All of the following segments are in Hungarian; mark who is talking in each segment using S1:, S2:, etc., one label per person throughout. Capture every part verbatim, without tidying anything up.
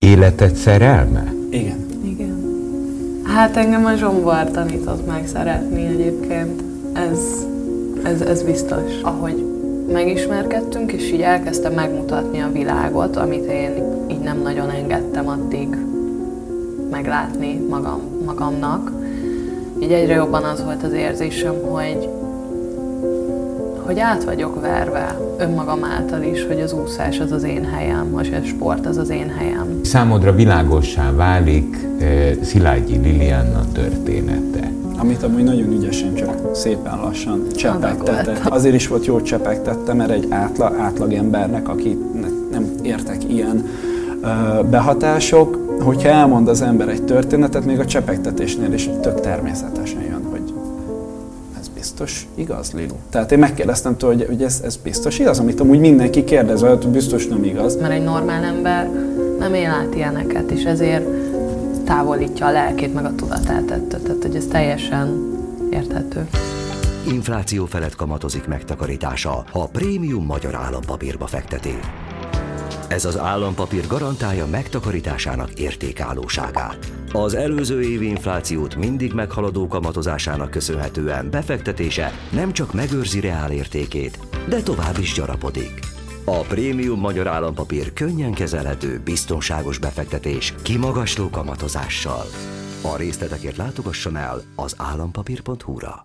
S1: életed szerelme?
S2: Igen.
S3: Igen. Hát engem a Zsombor tanított meg szeretni egyébként. Ez, ez, ez biztos. Ahogy megismerkedtünk, és így elkezdtem megmutatni a világot, amit én így nem nagyon engedtem addig meglátni magam, magamnak. Így egyre jobban az volt az érzésem, hogy, hogy át vagyok verve önmagam által is, hogy az úszás az az én helyem, hogy a sport az az én helyem.
S1: Számodra világossá válik eh, Szilágyi Lilianna története.
S2: Amit amúgy nagyon ügyesen, csak szépen lassan csepegtette. Azért is volt jó, hogy csepegtette, mert egy átlag, átlag embernek, akinek nem értek ilyen uh, behatások, hogyha elmond az ember egy történetet, még a csepegtetésnél is tök természetesen jön, hogy ez biztos igaz, Lilu? Tehát én megkérdeztem tőle, hogy, hogy ez, ez biztos igaz, amit amúgy mindenki kérdez, hogy biztos nem igaz.
S3: Mert egy normál ember nem él át ilyeneket, és ezért távolítja a lelkét meg a tudatát ettől, tehát hogy ez teljesen érthető.
S4: Infláció felett kamatozik megtakarítása, ha a prémium magyar állampapírba fekteti. Ez az állampapír garantálja megtakarításának értékállóságát. Az előző évi inflációt mindig meghaladó kamatozásának köszönhetően befektetése nem csak megőrzi reál értékét, de tovább is gyarapodik. A prémium magyar állampapír könnyen kezelhető, biztonságos befektetés kimagasló kamatozással. A részletekért látogasson el az állampapír pont hu-ra.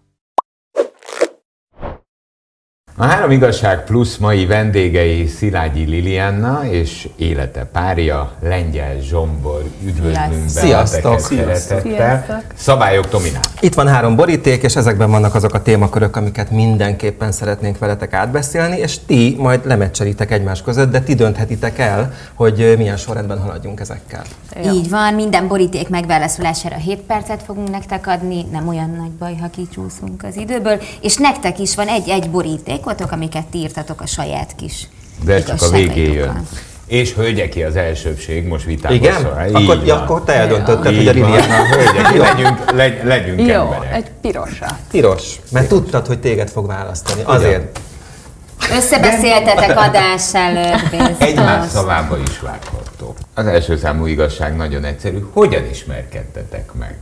S1: A Három Igazság Plusz mai vendégei Szilágyi Lilianna és élete párja, Lengyel Zsombor. Üdvözlünk
S5: Sziasztok!
S1: Szeretettel. Szabályok Tominál.
S5: Itt van három boríték, és ezekben vannak azok a témakörök, amiket mindenképpen szeretnénk veletek átbeszélni, és ti majd lemeccserítek egymás között, de ti dönthetitek el, hogy milyen sorrendben haladjunk ezekkel.
S6: Ja. Így van, minden boríték megválaszolására hét percet fogunk nektek adni, nem olyan nagy baj, ha kicsúszunk az időből, és nektek is van egy-egy borítékotok, amiket ti írtatok a saját kis
S1: De ez csak a végén jön. És hölgyeké az elsőbség, most vitába.
S5: Igen?
S1: Szól.
S5: Akkor, ja, akkor te eldöntötted, hogy a Lilianna.
S1: Hölgyek, legyünk, legy, legyünk
S3: Jó,
S1: emberek.
S3: egy pirosat.
S5: Piros, mert tudtad, hogy téged fog választani. Azért.
S6: Összebeszéltetek adás előtt, biztos.
S1: Egymás szavába is vághattok. Az első számú igazság nagyon egyszerű. Hogyan ismerkedtetek meg?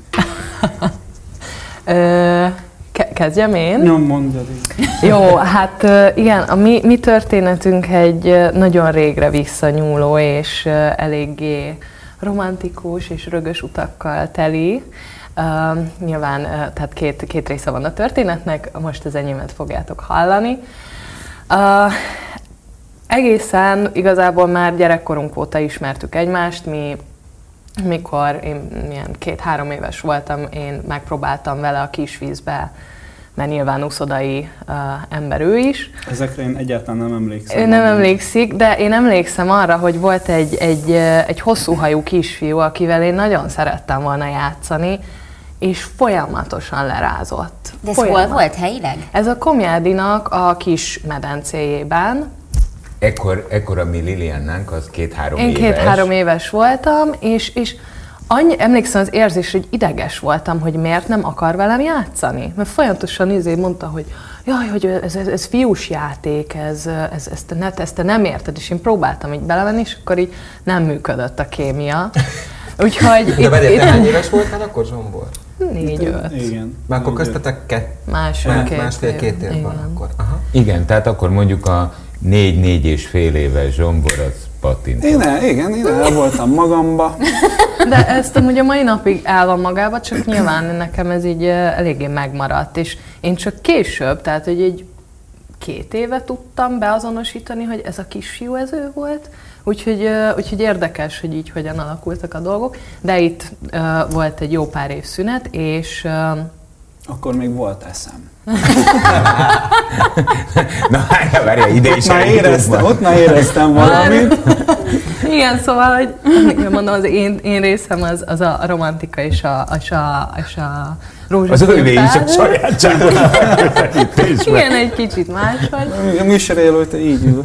S3: Ö, ke- kezdjem én?
S2: Nem mondjad így.
S3: Jó, hát igen, a mi, mi történetünk egy nagyon régre visszanyúló és eléggé romantikus és rögös utakkal teli. Uh, nyilván, uh, tehát két, két része van a történetnek, most az enyémet fogjátok hallani. Uh, egészen igazából már gyerekkorunk óta ismertük egymást, mi mikor én milyen két-három éves voltam, én megpróbáltam vele a kisvízbe, mert nyilván úszodai uh, ember ő is.
S2: Ezekre én egyáltalán nem emlékszem.
S3: Ő nem emlékszik, de én emlékszem arra, hogy volt egy, egy, egy hosszúhajú kisfiú, akivel én nagyon szerettem volna játszani, és folyamatosan lerázott.
S6: De ez
S3: Folyamat.
S6: hol volt helyileg?
S3: Ez a Komjádinak a kis medencéjében.
S1: Ekkor, ekkor a mi Liliannánk az két-három
S3: Én
S1: éves.
S3: két-három éves voltam, és, és annyi, emlékszem az érzés, hogy ideges voltam, hogy miért nem akar velem játszani. Mert folyamatosan izé mondta, hogy jaj, hogy ez, ez, ez fiús játék, ez, ez, ezt, te ne, ezt te nem érted, és én próbáltam így belevenni, és akkor így nem működött a kémia. Úgyhogy...
S5: De várjál, te hány éves voltál akkor, Zsombor?
S3: Négy-öt.
S2: Igen.
S5: Már akkor köztetek kett...
S3: Másfél-két
S5: másfél-két év
S3: év.
S5: van akkor. Aha.
S1: Igen, tehát akkor mondjuk a négy-négy és fél éves Zsombor az pattint.
S2: Én el, igen, én el voltam magamba.
S3: De ezt amúgy a mai napig el van magába, csak nyilván nekem ez így eléggé megmaradt, és én csak később, tehát hogy egy két éve tudtam beazonosítani, hogy ez a kisfiú, ez ő volt, úgyhogy, úgyhogy érdekes, hogy így hogyan alakultak a dolgok, de itt uh, volt egy jó pár év szünet, és... Uh,
S2: Akkor még volt eszem.
S1: Na, várjál, várjál, ide is
S2: Már éreztem, ott már éreztem valamit.
S3: Igen, szóval, hogy mondom, az én, én részem az, az a romantika és a, és a, és a rózsaszín.
S1: Az övé is a sajátságos felépítés.
S3: Igen, egy kicsit máshogy.
S2: A műsorélő, te így ül.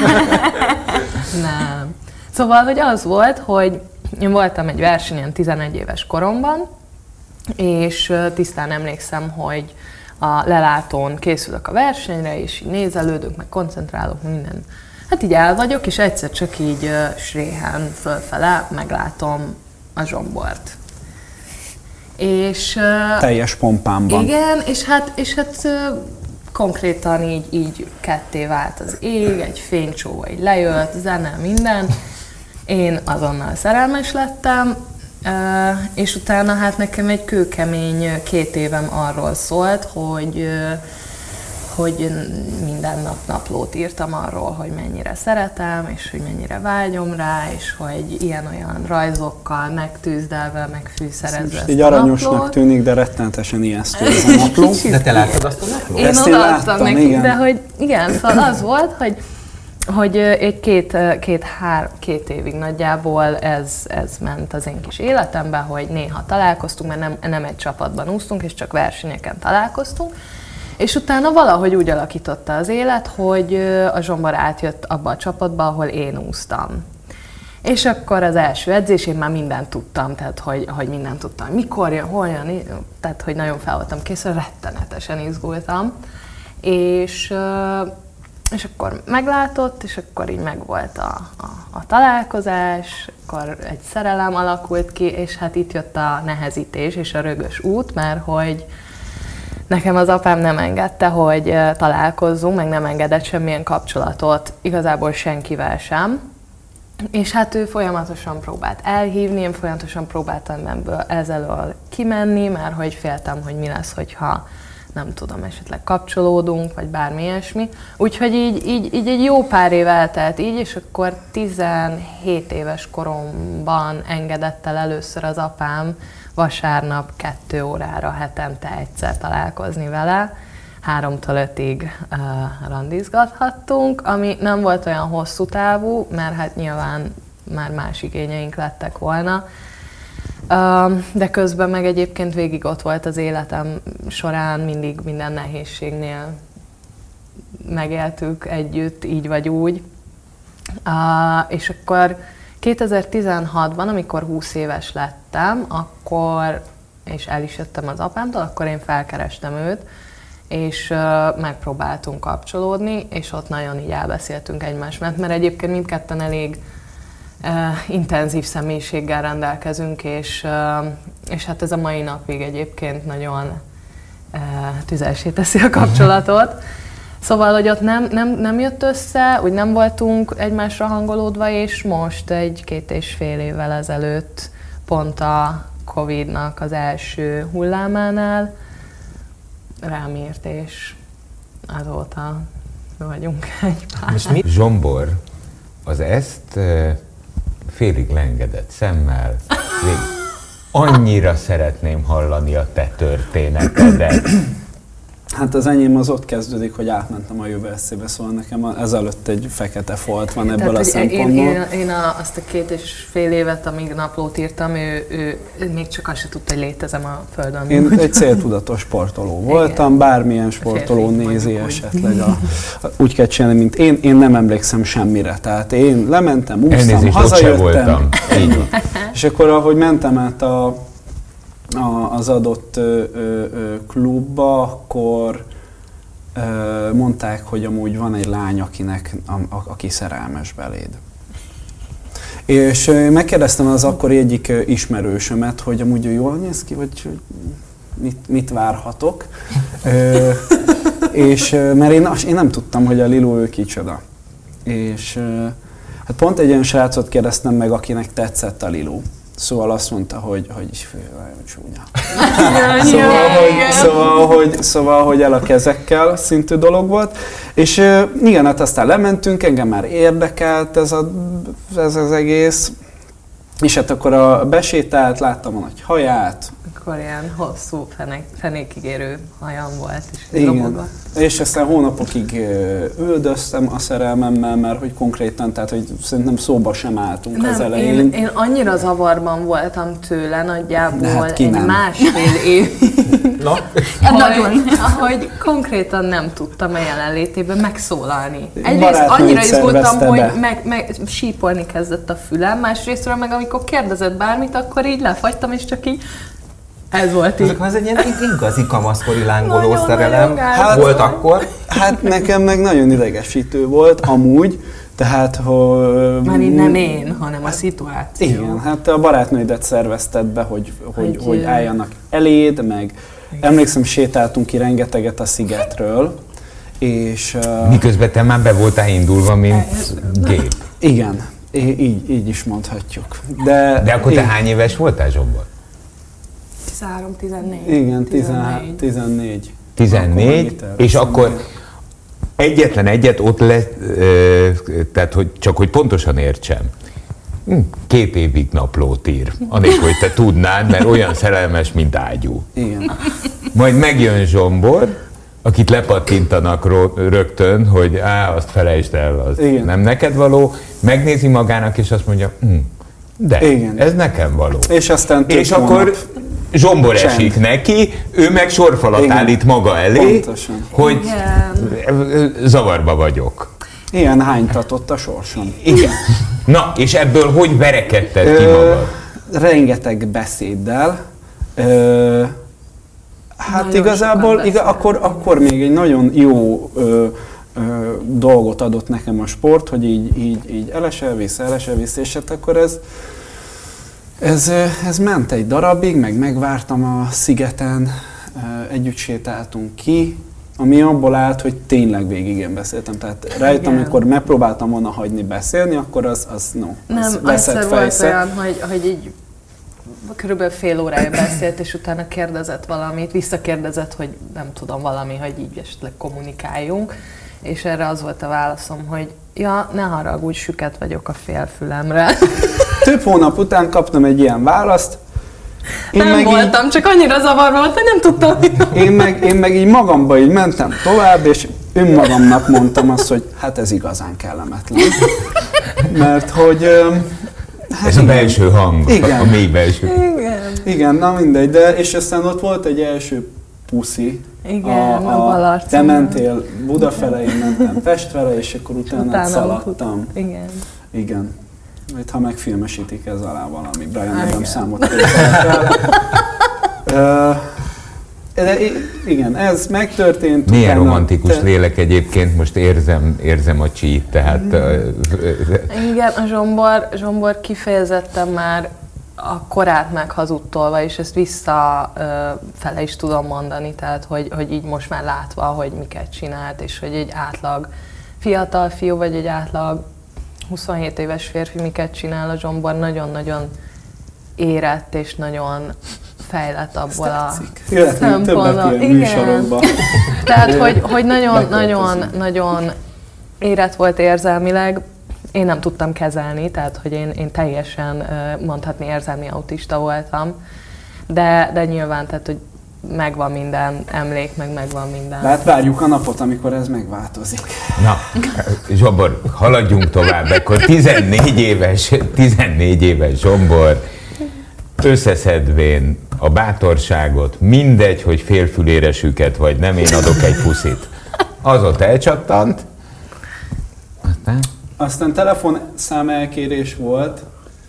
S3: Nem. Szóval, hogy az volt, hogy én voltam egy versenyen tizenegy éves koromban, és tisztán emlékszem, hogy a lelátón készülök a versenyre, és így nézelődök, meg koncentrálok, minden hát így el vagyok, és egyszer csak így uh, sréhen fölfele meglátom a Zsombort. És... Uh,
S2: teljes pompámban.
S3: Igen, és hát, és hát uh, konkrétan így, így ketté vált az ég, egy fénycsóva így lejött, zene, minden. Én azonnal szerelmes lettem, és utána hát nekem egy kőkemény két évem arról szólt, hogy, hogy minden nap naplót írtam arról, hogy mennyire szeretem, és hogy mennyire vágyom rá, és hogy ilyen-olyan rajzokkal megtűzdelve, megfűszerezve ezt
S2: így
S3: a
S2: aranyosnak
S3: naplót.
S2: Tűnik, de rettenetesen ijesztő ez a napló.
S5: De te láttad azt a naplót?
S3: Én
S2: Ezt én
S3: odaadtam
S2: láttam,
S3: neki,
S2: igen.
S3: de hogy igen, szóval az volt, hogy hogy egy két, két, hár, két évig nagyjából ez, ez ment az én kis életemben, hogy néha találkoztunk, mert nem, nem egy csapatban úsztunk, és csak versenyeken találkoztunk. És utána valahogy úgy alakította az élet, hogy a Zsombor átjött abba a csapatba, ahol én úsztam. És akkor az első edzés, én már mindent tudtam, tehát hogy, hogy mindent tudtam, mikor jön, hol jön, tehát hogy nagyon fel voltam készül, rettenetesen izgultam. És... És akkor meglátott, és akkor így megvolt a, a, a találkozás, akkor egy szerelem alakult ki, és hát itt jött a nehezítés és a rögös út, mert hogy nekem az apám nem engedte, hogy találkozzunk, meg nem engedett semmilyen kapcsolatot, igazából senkivel sem. És hát ő folyamatosan próbált elhívni, én folyamatosan próbáltam ebből ezzel kimenni, mert hogy féltem, hogy mi lesz, hogyha nem tudom, esetleg kapcsolódunk, vagy bármi ilyesmi. Úgyhogy így, így, így egy jó pár év eltelt így, és akkor tizenhét éves koromban engedett el először az apám vasárnap kettő órára hetente egyszer találkozni vele. Háromtól ötig uh, randizgathattunk, ami nem volt olyan hosszú távú, mert hát nyilván már más igényeink lettek volna. De közben meg egyébként végig ott volt az életem során, mindig minden nehézségnél megéltük együtt, így vagy úgy. És akkor kétezer-tizenhatban, amikor húsz éves lettem, akkor, és el is jöttem az apámtól, akkor én felkerestem őt, és megpróbáltunk kapcsolódni, és ott nagyon így elbeszéltünk egymás mellett, mert egyébként mindketten elég Uh, intenzív személyiséggel rendelkezünk, és, uh, és hát ez a mai napig egyébként nagyon uh, tüzessé teszi a kapcsolatot. Szóval, hogy ott nem, nem, nem jött össze, úgy nem voltunk egymásra hangolódva, és most egy két és fél évvel ezelőtt, pont a Covidnak az első hullámánál rám írt, és azóta vagyunk egy pár.
S1: És mi? Zsombor, az ezt félig leengedett szemmel, végig. Annyira szeretném hallani a te történetedet.
S2: Hát az enyém az ott kezdődik, hogy átmentem a jövő eszébe, szóval nekem ezelőtt egy fekete folt van ebből
S3: Tehát,
S2: a szempontból.
S3: Én, én, én a, azt a két és fél évet, amíg naplót írtam, ő, ő, ő még csak azt se tudta, hogy létezem a Földön.
S2: Én egy céltudatos sportoló voltam, igen. Bármilyen sportoló
S3: Férfi,
S2: nézi esetleg. A, a, úgy kell csinálni, mint én, én nem emlékszem semmire. Tehát én lementem, úsztam,
S1: elnézést,
S2: hazajöttem. És akkor, ahogy mentem át a az adott ö, ö, klubba, akkor ö, mondták, hogy amúgy van egy lány, akinek, a, a, aki szerelmes beléd. És ö, megkérdeztem az akkori egyik ö, ismerősömet, hogy amúgy ő jól néz ki, vagy mit, mit várhatok. Ö, és ö, mert én, én nem tudtam, hogy a Lilu ő kicsoda. És ö, hát pont egy olyan srácot kérdeztem meg, akinek tetszett a Lilu. Szóval azt mondta, hogy, hogy nagyon csúnya. szóval, hogy, szóval, hogy, szóval, hogy el a kezekkel szintű dolog volt. És igen, hát aztán lementünk, engem már érdekelt ez, a, ez az egész. És hát akkor a besétált, láttam a nagy haját.
S3: Akkor ilyen hosszú, fenék, fenékig érő hajam volt. És
S2: igen. És aztán hónapokig üldöztem a szerelmemmel, mert hogy konkrétan, tehát hogy szerintem szóba sem álltunk
S3: nem,
S2: az elején.
S3: Én, én annyira zavarban voltam tőle nagyjából
S2: hát
S3: egy
S2: nem.
S3: másfél év.
S5: Na?
S3: Ahogy, ahogy konkrétan nem tudtam a jelenlétében megszólalni. Egyrészt annyira izgultam, hogy meg, meg sípolni kezdett a fülem, másrésztről meg amikor kérdezett bármit, akkor így lefagytam, és csak így Ez volt így.
S5: Ez egy ilyen igazi kamaszkori lángoló
S3: Nagyon,
S5: szerelem
S3: nagyon
S5: hát, volt akkor.
S2: Hát nekem meg nagyon idegesítő volt, amúgy. Tehát, hogy...
S3: Már így nem én, hanem a szituáció.
S2: Igen, hát a barátnőidet szervezted be, hogy, hogy,
S3: Hogy,
S2: hogy álljanak eléd, meg emlékszem, sétáltunk ki rengeteget a szigetről, és... Uh,
S1: Miközben te már be voltál indulva, mint gép.
S2: Igen, így, így is mondhatjuk. De,
S1: De akkor te
S2: én,
S1: hány éves voltál, Zsombor?
S3: tizenhárom tizennégy.
S2: Igen, tizennégy. tizennégy.
S1: tizennégy,
S2: Akkor
S1: és akkor egyetlen egyet ott lett, tehát hogy csak hogy pontosan értsem. Hm, Két évig naplót ír, anélkül, hogy te tudnád, mert olyan szerelmes, mint ágyú.
S2: Igen.
S1: Majd megjön Zsombor, akit lepattintanak rögtön, hogy á, azt felejtsd el, az
S2: Igen.
S1: nem neked való, megnézi magának, és azt mondja, hm, de,
S2: Igen.
S1: ez nekem való.
S2: És aztán több
S1: És
S2: hónap.
S1: akkor Zsombor
S2: Csend.
S1: esik neki, ő meg sorfalat
S2: Igen.
S1: állít maga elé,
S2: Pontosan.
S1: hogy
S3: Igen.
S1: zavarba vagyok.
S2: Ilyen hánytatott a sorsom.
S1: Igen. Na, és ebből hogy verekedted ki
S2: Ö,
S1: magad?
S2: rengeteg beszéddel. Ö, hát
S3: Nagyon
S2: igazából
S3: sokat
S2: iga, akkor, akkor még egy nagyon jó ö, ö, dolgot adott nekem a sport, hogy így, így, így elesel vissza, elesel vissza, és hát akkor ez, ez, ö, ez ment egy darabig, meg megvártam a szigeten, ö, együtt sétáltunk ki, ami abból állt, hogy tényleg végig én beszéltem. Tehát rájöttem,
S3: Igen.
S2: amikor megpróbáltam volna hagyni beszélni, akkor az, az no,
S3: Nem,
S2: az veszett
S3: egyszer volt
S2: fejsze.
S3: olyan, hogy, hogy így körülbelül fél órája beszélt, és utána kérdezett valamit, visszakérdezett, hogy nem tudom, valami, hogy így esetleg kommunikáljunk, és erre az volt a válaszom, hogy ja, ne haragudj, süket vagyok a félfülemre.
S2: Több hónap után kaptam egy ilyen választ. Én
S3: Nem
S2: meg
S3: voltam, csak annyira zavarba volt, hogy nem tudtam, hogy
S2: Így, én, meg, én meg így magamba így mentem tovább, és önmagamnak mondtam azt, hogy hát ez igazán kellemetlen. Mert hogy... öm, Hát
S1: Ez a
S2: igen.
S1: belső hang,
S2: Igen.
S1: a mély belső.
S3: Igen.
S2: Igen, na mindegy, de és aztán ott volt egy első puszi.
S3: Igen, a Balarcon.
S2: Te mentél Buda fele, én mentem Pest fele, és akkor utána, utána szaladtam.
S3: Igen.
S2: Igen. Majd ha megfilmesítik ez alá valami, Brian
S3: Igen.
S2: Adams számot képzelek el. De igen, ez megtörtént.
S1: Milyen
S2: utána
S1: romantikus
S2: te-
S1: lélek egyébként, most érzem, érzem a csít, tehát...
S3: Igen, a Zsombor, Zsombor kifejezetten már a korát meghazudtolva, és ezt vissza ö, fele is tudom mondani, tehát hogy, hogy így most már látva, hogy miket csinált, és hogy egy átlag fiatal fiú, vagy egy átlag huszonhét éves férfi miket csinál, a Zsombor nagyon-nagyon érett, és nagyon fejlett abból a
S2: Jöhetnénk többet ilyen műsorokba.
S3: Tehát, hogy, hogy nagyon, nagyon, nagyon érett volt érzelmileg, én nem tudtam kezelni, tehát, hogy én, én teljesen mondhatni érzelmi autista voltam, de, de nyilván, tehát, hogy megvan minden emlék, meg megvan minden.
S2: De hát várjuk a napot, amikor ez megváltozik.
S1: Na, Zsombor, haladjunk tovább, akkor tizennégy éves, tizennégy éves Zsombor, összeszedvén a bátorságot, mindegy, hogy félfülére süket vagy nem, én adok egy puszit. Az ott elcsattant, aztán...
S2: Aztán telefonszám elkérés volt.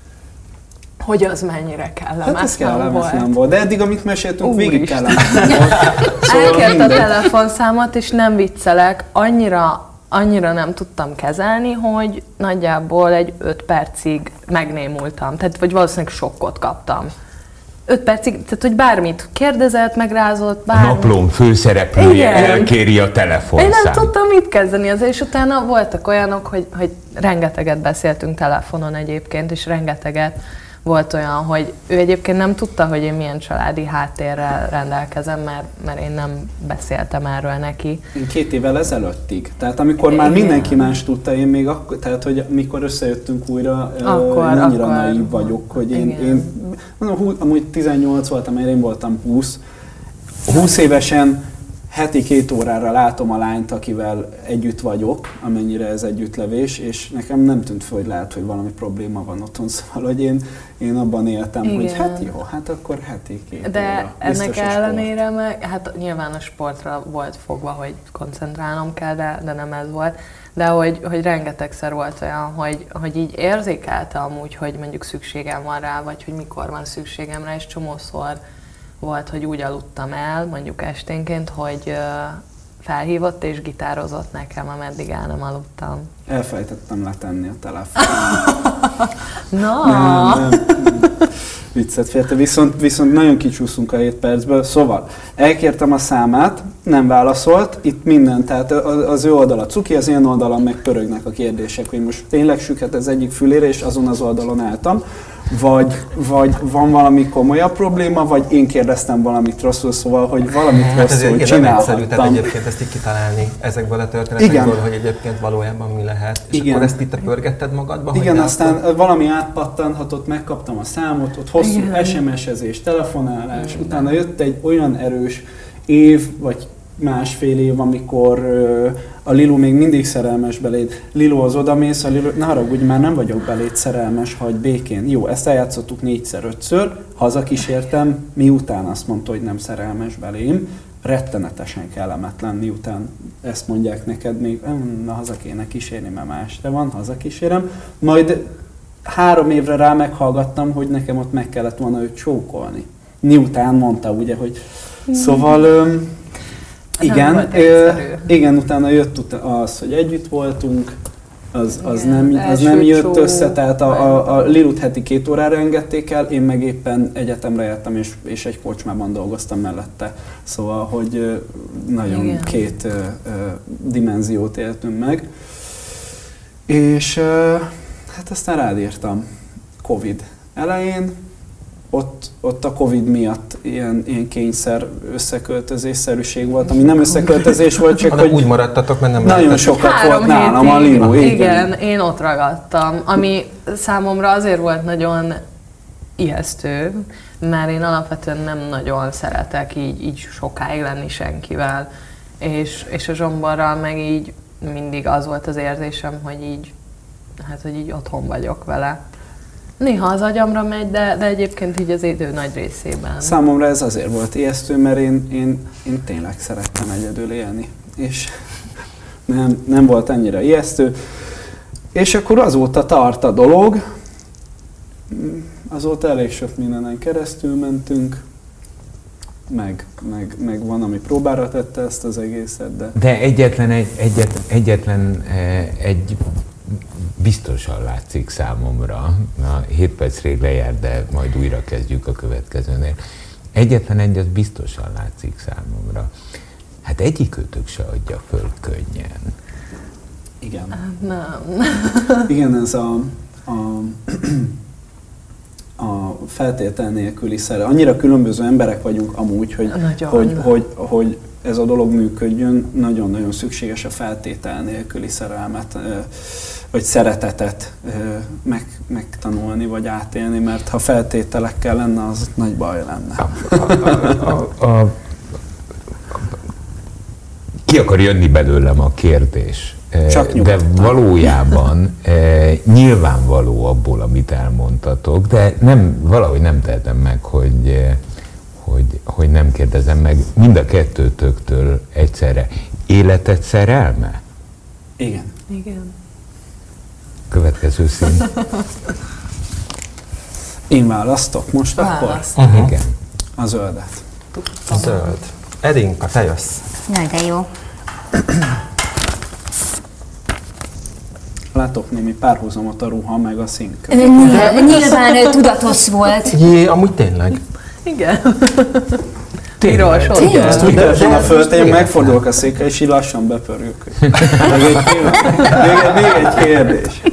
S3: Hogy az mennyire kellemetlen
S2: Hát ez kellemetlen
S3: volt.
S2: volt. De eddig, amit meséltünk, végig
S3: Úristen.
S2: kellemetlen volt.
S3: Elkért a
S2: mindegy.
S3: telefonszámot, és nem viccelek, annyira, annyira nem tudtam kezelni, hogy nagyjából egy öt percig megnémultam, tehát vagy valószínűleg sokkot kaptam. Öt percig, tehát hogy bármit kérdezett, megrázott,
S1: A
S3: bármit.
S1: naplón főszereplője
S3: Igen.
S1: elkéri a
S3: Én
S1: telefonszámot.
S3: nem tudtam mit kezdeni ezzel, és utána voltak olyanok, hogy, hogy rengeteget beszéltünk telefonon egyébként, és rengeteget volt olyan, hogy ő egyébként nem tudta, hogy én milyen családi háttérrel rendelkezem, mert, mert én nem beszéltem erről neki.
S2: Én két évvel ezelőttig. Tehát amikor már
S3: Igen.
S2: mindenki más tudta, én még akkor, tehát hogy mikor összejöttünk újra,
S3: Akkor,
S2: én annyira
S3: akkor.
S2: naív vagyok, hogy én,
S3: Igen.
S2: én mondom, hú, amúgy tizennyolc voltam, mert én voltam húsz. húsz évesen heti két órára látom a lányt, akivel együtt vagyok, amennyire ez együttlevés, és nekem nem tűnt fel, hogy lehet, hogy valami probléma van otthon, szóval, hogy én, én abban éltem,
S3: Igen.
S2: hogy hát jó, hát akkor heti két
S3: De
S2: óra.
S3: ennek
S2: Biztos a sport.
S3: ellenére meg, hát nyilván a sportra volt fogva, hogy koncentrálnom kell, de, de nem ez volt. De hogy, hogy rengetegszer volt olyan, hogy, hogy így érzékelte amúgy, hogy mondjuk szükségem van rá, vagy hogy mikor van szükségem rá, és csomószor volt, hogy úgy aludtam el, mondjuk esténként, hogy felhívott és gitározott nekem, ameddig el nem aludtam.
S2: Elfelejtettem letenni a telefont.
S3: No.
S2: Nem, nem, nem. Viccet félte, viszont, viszont nagyon kicsúszunk a hét percből. Szóval elkértem a számát, nem válaszolt, itt minden, tehát az ő oldala cuki, az én oldalam meg pörögnek a kérdések, hogy most tényleg süket az egyik fülére, és azon az oldalon álltam, vagy, vagy van valami komolyabb probléma, vagy én kérdeztem valamit rosszul, szóval, hogy valamit
S5: hát
S2: rosszul
S5: ez
S2: csinálhattam.
S5: egyszerű, tehát egyébként ezt így kitalálni ezekből a történetekből, hogy egyébként valójában mi lehet. És igen. Akkor ezt itt pörgetted magadba?
S2: Igen, aztán akkor... valami átpattanhatott, megkaptam a számot, ott hosszú igen. es em es-ezés, telefonálás, igen. Utána jött egy olyan erős év, vagy másfél év, amikor uh, a Lilu még mindig szerelmes beléd. Liluhoz odamész, a Lilu, ne haragudj, már nem vagyok beléd szerelmes, hagy békén. Jó, ezt eljátszottuk négyszer, ötször, hazakísértem, miután azt mondta, hogy nem szerelmes belém, rettenetesen kellemetlen, miután ezt mondják neked még, na haza kéne kísérni, mert más te van, hazakísérem. Majd három évre rá meghallgattam, hogy nekem ott meg kellett volna őt csókolni. Miután mondta ugye, hogy szóval... Um, Igen, ö, igen, utána jött az, hogy együtt voltunk, az, az, igen, nem, az nem jött össze, tehát a, a, a Lilut heti két órára engedték el, én meg éppen egyetemre jártam, és, és egy kocsmában dolgoztam mellette. Szóval, hogy nagyon igen. két ö, ö, dimenziót éltünk meg. És ö, hát aztán rád írtam Covid elején, Ott, ott a Covid miatt ilyen, ilyen kényszer összeköltözésszerűség volt, ami nem összeköltözés volt, csak hogy
S5: úgy maradtatok, mert nem
S2: nagyon sokat Három volt nálam a Lilu.
S3: Igen. igen, én ott ragadtam, ami számomra azért volt nagyon ijesztő, mert én alapvetően nem nagyon szeretek így, így sokáig lenni senkivel, és, és a Zsomborral meg így mindig az volt az érzésem, hogy így, hát, hogy így otthon vagyok vele. Néha az agyamra megy, de, de egyébként így az idő nagy részében.
S2: Számomra ez azért volt ijesztő, mert én, én, én tényleg szerettem egyedül élni, és nem, nem volt annyira ijesztő. És akkor azóta tart a dolog, azóta elég sok mindenen keresztül mentünk, meg, meg, meg van, ami próbára tette ezt az egészet, de...
S1: De egyetlen egy, egyetlen, egyetlen egy biztosan látszik számomra, a hét perc rég lejár, de majd újra kezdjük a következőnél. Egyetlen egy, az biztosan látszik számomra. Hát egyikőtök se adja föl könnyen.
S2: Igen.
S3: Nem.
S2: Igen, ez a, a, a feltétel nélküli szerelem. Annyira különböző emberek vagyunk amúgy, hogy, hogy, hogy, hogy ez a dolog működjön, nagyon-nagyon szükséges a feltétel nélküli szerelmet, vagy szeretetet meg, megtanulni, vagy átélni, mert ha feltételekkel lenne, az nagy baj lenne. A, a, a, a,
S1: ki akar jönni belőlem a kérdés?
S2: Csak
S1: de valójában nyilvánvaló abból, amit elmondtatok, de nem, valahogy nem tehetem meg, hogy, hogy, hogy nem kérdezem meg mind a kettőtöktől egyszerre. Életed szerelme?
S2: Igen.
S3: Igen.
S1: Következő szín.
S2: Én választok most
S3: Választ.
S2: akkor?
S1: Uh-huh. Igen.
S2: A zöldet.
S5: A zöld. Edinka, te jössz.
S6: Na, de jó.
S2: Látok némi párhuzamot a ruha meg a szín között.
S6: Nyilván, nyilván tudatos volt.
S5: Jé, amúgy tényleg.
S3: Igen.
S1: Piros,
S3: ott.
S2: Ezt úgy kellett volna föltenni, megfordulok a székre, és így lassan bepörjük. Még egy, még, még egy kérdés.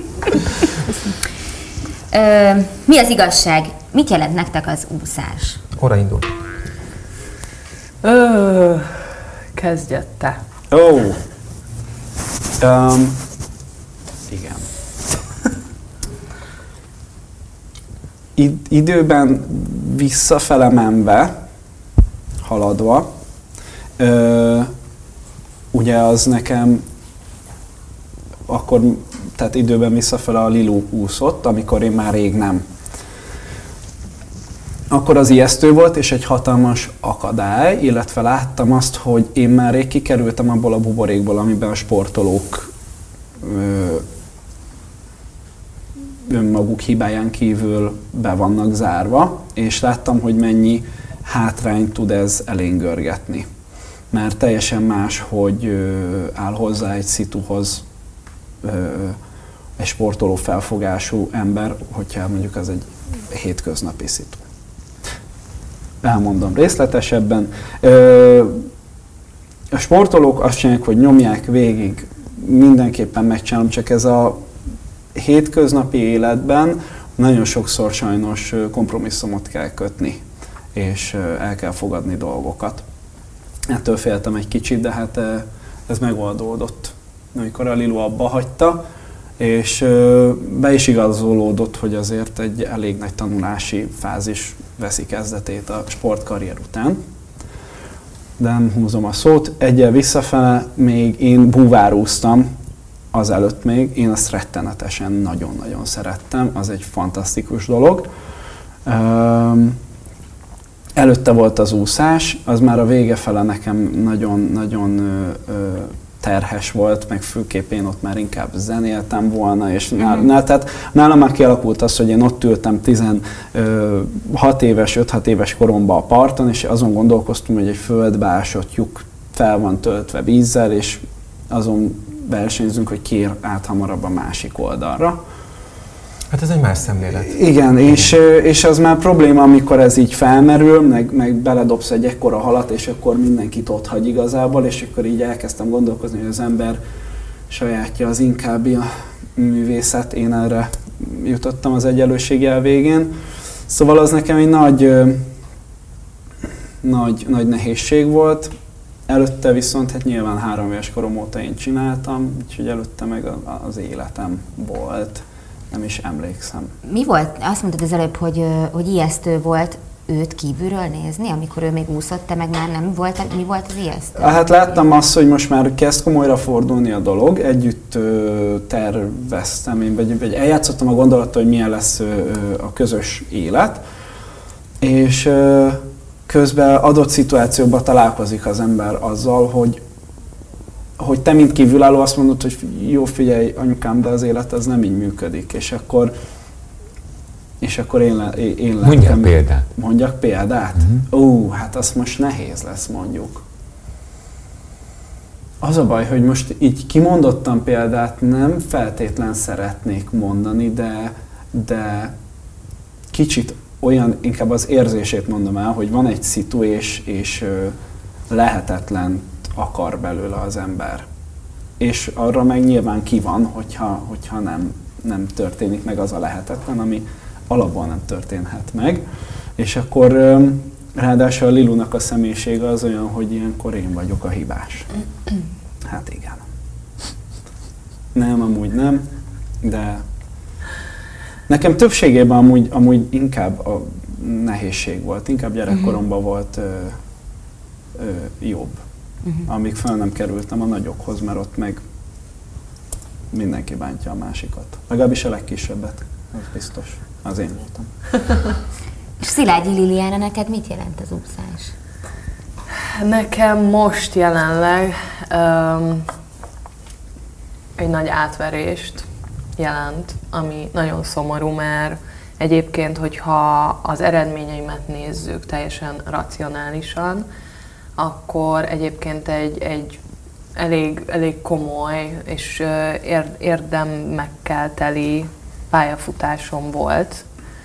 S6: Ö, mi az igazság? Mit jelent nektek az úszás?
S5: Hora indul?
S3: Ö, kezdjed te.
S2: Ó. Oh. Um, igen. Id- időben visszafele menve, haladva, ö, ugye az nekem akkor, tehát időben visszafele a Lilu úszott, amikor én már rég nem. Akkor az ijesztő volt, és egy hatalmas akadály, illetve láttam azt, hogy én már rég kikerültem abból a buborékból, amiben a sportolók ö, önmaguk hibáján kívül be vannak zárva, és láttam, hogy mennyi hátrányt tud ez eléngörgetni. Mert teljesen más, hogy ö, áll hozzá egy szituhoz ö, egy sportoló felfogású ember, hogyha mondjuk az egy hétköznapi szitu. Elmondom részletesebben. Ö, a sportolók azt csinálják, hogy nyomják végig, mindenképpen megcsinálom, csak ez a hétköznapi életben nagyon sokszor sajnos kompromisszumot kell kötni, és el kell fogadni dolgokat. Ettől féltem egy kicsit, de hát ez megoldódott, amikor a Lilu abba hagyta, és be is igazolódott, hogy azért egy elég nagy tanulási fázis veszi kezdetét a sportkarrier után. De nem húzom a szót. Egyel visszafele még én búvárúztam, azelőtt még, én azt rettenetesen nagyon-nagyon szerettem, az egy fantasztikus dolog. Előtte volt az úszás, az már a vége fele nekem nagyon-nagyon terhes volt, meg főképp én ott már inkább zenéltem volna, és nál, uh-huh. nál, tehát nálam már kialakult az, hogy én ott ültem tizenhat éves, öt-hat éves koromban a parton, és azon gondolkoztam, hogy egy földbe ásott lyuk fel van töltve vízzel, és azon versenyzünk, hogy ki ér át hamarabb a másik oldalra.
S5: Hát ez egy más szemlélet.
S2: Igen, és, és az már probléma, amikor ez így felmerül, meg, meg beledobsz egy ekkora halat, és akkor mindenkit ott hagy igazából, és akkor így elkezdtem gondolkozni, hogy az ember sajátja az inkább a művészet, én erre jutottam az egyenlőséggel végén. Szóval az nekem egy nagy, nagy, nagy nehézség volt. Előtte viszont hát nyilván három éves korom óta én csináltam, úgyhogy előtte meg az életem volt. Nem is emlékszem.
S6: Mi volt? Azt mondtad az előbb, hogy, hogy ijesztő volt őt kívülről nézni, amikor ő még úszott, te meg már nem volt. Mi volt az ijesztő?
S2: Hát láttam azt, hogy most már kezd komolyra fordulni a dolog. Együtt ö, terveztem, én, vagy, vagy eljátszottam a gondolattal, hogy milyen lesz ö, a közös élet. És ö, közben adott szituációban találkozik az ember azzal, hogy hogy te mint kívülálló azt mondod, hogy jó, figyelj anyukám, de az élet az nem így működik, és akkor és akkor én, le, én lettem.
S1: Mondjak példát.
S2: Mondjak példát? Uh-huh. Ó, hát az most nehéz lesz, mondjuk. Az a baj, hogy most így kimondottan példát nem feltétlen szeretnék mondani, de, de kicsit olyan, inkább az érzését mondom el, hogy van egy szitu, és, és lehetetlen akar belőle az ember. És arra meg nyilván ki van, hogyha, hogyha nem, nem történik meg az a lehetetlen, ami alapból nem történhet meg. És akkor ráadásul a Lilunak a személyisége az olyan, hogy ilyenkor én vagyok a hibás. Hát igen. Nem, amúgy nem, de nekem többségében amúgy, amúgy inkább a nehézség volt, inkább gyerekkoromban volt ö, ö, jobb. Uh-huh. Amíg fel nem kerültem a nagyokhoz, mert ott meg mindenki bántja a másikat. Legalábbis a legkisebbet, az biztos. Az én voltam.
S6: És Szilágyi Liliana, neked mit jelent az úszás?
S3: Nekem most jelenleg um, egy nagy átverést jelent, ami nagyon szomorú, mert egyébként, hogyha az eredményeimet nézzük teljesen racionálisan, akkor egyébként egy, egy elég, elég komoly és érdemekkel teli pályafutásom volt.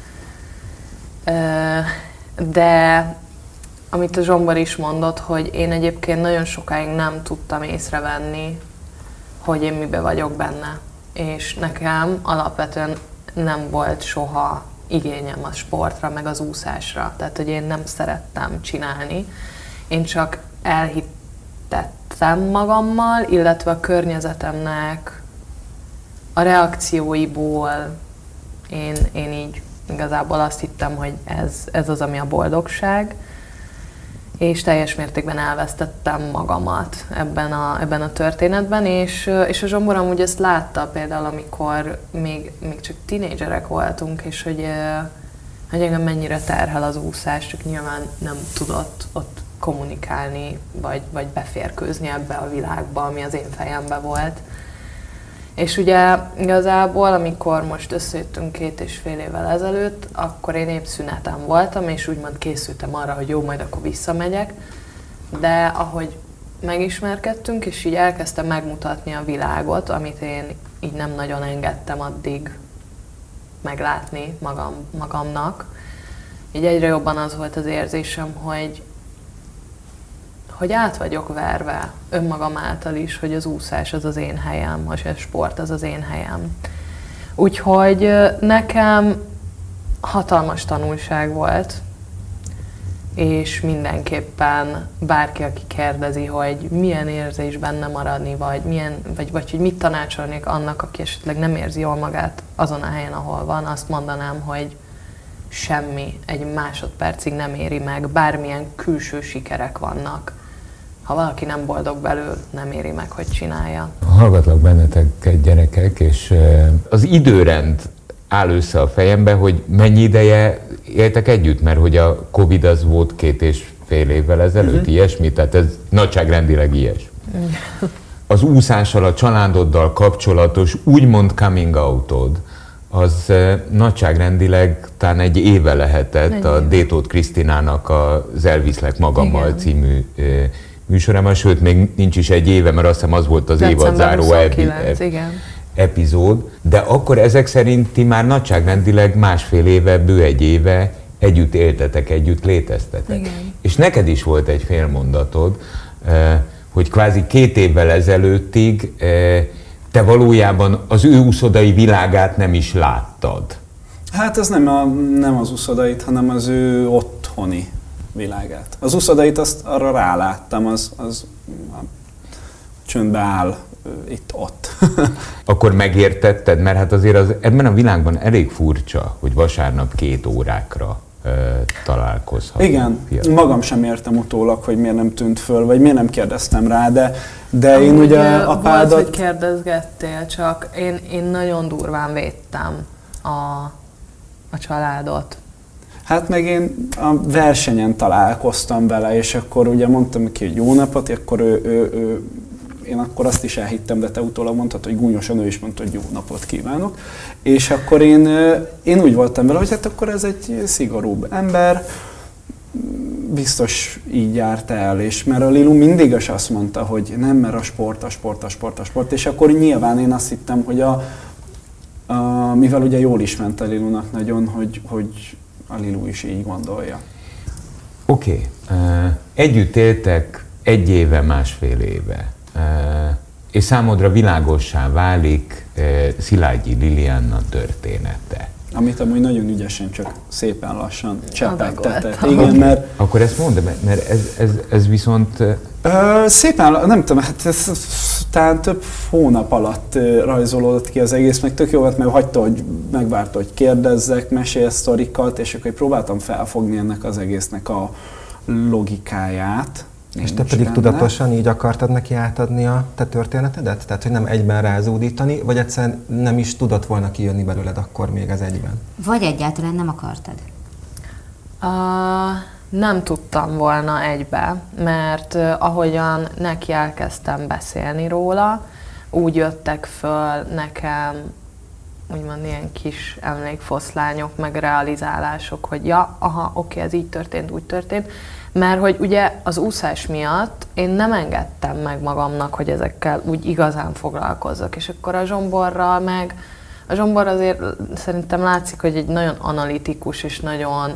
S3: De amit a Zsombor is mondott, hogy én egyébként nagyon sokáig nem tudtam észrevenni, hogy én mibe vagyok benne. És nekem alapvetően nem volt soha igényem a sportra, meg az úszásra. Tehát, hogy én nem szerettem csinálni. Én csak elhittettem magammal, illetve a környezetemnek a reakcióiból én, én így igazából azt hittem, hogy ez, ez az, ami a boldogság, és teljes mértékben elvesztettem magamat ebben a, ebben a történetben, és, és a Zsombor amúgy ezt látta például, amikor még, még csak tínédzserek voltunk, és hogy, hogy engem mennyire terhel az úszás, csak nyilván nem tudott ott kommunikálni, vagy, vagy beférkőzni ebbe a világba, ami az én fejembe volt. És ugye igazából, amikor most összejöttünk két és fél évvel ezelőtt, akkor én épp szünetem voltam, és úgymond készültem arra, hogy jó, majd akkor visszamegyek. De ahogy megismerkedtünk, és így elkezdtem megmutatni a világot, amit én így nem nagyon engedtem addig meglátni magam, magamnak, így egyre jobban az volt az érzésem, hogy hogy át vagyok verve önmagam által is, hogy az úszás az az én helyem, hogy a sport az az én helyem. Úgyhogy nekem hatalmas tanulság volt, és mindenképpen bárki, aki kérdezi, hogy milyen érzés benne maradni, vagy, milyen, vagy, vagy hogy mit tanácsolnék annak, aki esetleg nem érzi jól magát azon a helyen, ahol van, azt mondanám, hogy semmi, egy másodpercig nem éri meg, bármilyen külső sikerek vannak. Ha valaki nem boldog belül, nem éri meg, hogy csinálja.
S1: Hallgatlak benneteket, gyerekek, és az időrend áll össze a fejembe, hogy mennyi ideje éltek együtt, mert hogy a Covid az volt két és fél évvel ezelőtt, uh-huh. ilyesmi, tehát ez nagyságrendileg ilyes. Uh-huh. Az úszással, a családoddal kapcsolatos úgymond coming outod, az nagyságrendileg talán egy éve lehetett egy a Détót Krisztinának az Elviszlek magammal Igen. című műsorában, sőt, még nincs is egy éve, mert azt hiszem az volt az évadzáró epi, epi, epizód, de akkor ezek szerint ti már nagyságrendileg másfél éve, bő egy éve együtt éltetek, együtt léteztetek. Igen. És neked is volt egy félmondatod, hogy kvázi két évvel ezelőttig te valójában az ő úszodai világát nem is láttad.
S2: Hát ez nem, a, nem az úszodait, hanem az ő otthoni világát. Az úszodait azt arra ráláttam, az, az csöndbe áll itt-ott.
S1: Akkor megértetted, mert hát azért az, ebben a világban elég furcsa, hogy vasárnap két órákra uh, találkozhatunk.
S2: Igen, fiatal. Magam sem értem utólag, hogy miért nem tűnt föl, vagy miért nem kérdeztem rá, de, de én ugye apádat...
S3: Volt, hogy kérdezgettél, csak én, én nagyon durván védtem a, a családot.
S2: Hát meg én a versenyen találkoztam vele, és akkor ugye mondtam neki, hogy jó napot, akkor ő, ő, ő, én akkor azt is elhittem, de te utólag mondtad, hogy gúnyosan ő is mondta, hogy jó napot kívánok. És akkor én, én úgy voltam vele, hogy hát akkor ez egy szigorúbb ember, biztos így járt el, és mert a Lilu mindig is azt mondta, hogy nem, mert a sport, a sport, a sport, a sport, és akkor nyilván én azt hittem, hogy a, a mivel ugye jól is ment a Lilunak nagyon, hogy, hogy a Lilu is így gondolja.
S1: Oké. Okay. Uh, együtt éltek egy éve, másfél éve. Uh, és számodra világossá válik uh, Szilágyi Lilianna története.
S2: Amit amúgy nagyon ügyesen, csak szépen lassan csepegtetett. Igen, mert...
S1: Akkor ezt mondd, mert ez, ez, ez viszont...
S2: Uh, szépen, nem tudom, hát ez talán több hónap alatt rajzolódott ki az egész, meg tök jó volt, mert hagyta, hogy megvárta, hogy kérdezzek, mesél sztorikat, és akkor próbáltam felfogni ennek az egésznek a logikáját.
S5: És te pedig benne. Tudatosan így akartad neki átadni a te történetedet? Tehát, hogy nem egyben rázódítani, vagy egyszerűen nem is tudott volna kijönni belőled akkor még az egyben?
S6: Vagy egyáltalán nem akartad?
S3: Uh, nem tudtam volna egybe, mert uh, ahogyan neki elkezdtem beszélni róla, úgy jöttek föl nekem úgymond ilyen kis emlékfoszlányok, meg realizálások, hogy ja, aha, oké, ez így történt, úgy történt. Mert hogy ugye az úszás miatt én nem engedtem meg magamnak, hogy ezekkel úgy igazán foglalkozzak. És akkor a zsomborral meg, a zsombor azért szerintem látszik, hogy egy nagyon analitikus és nagyon,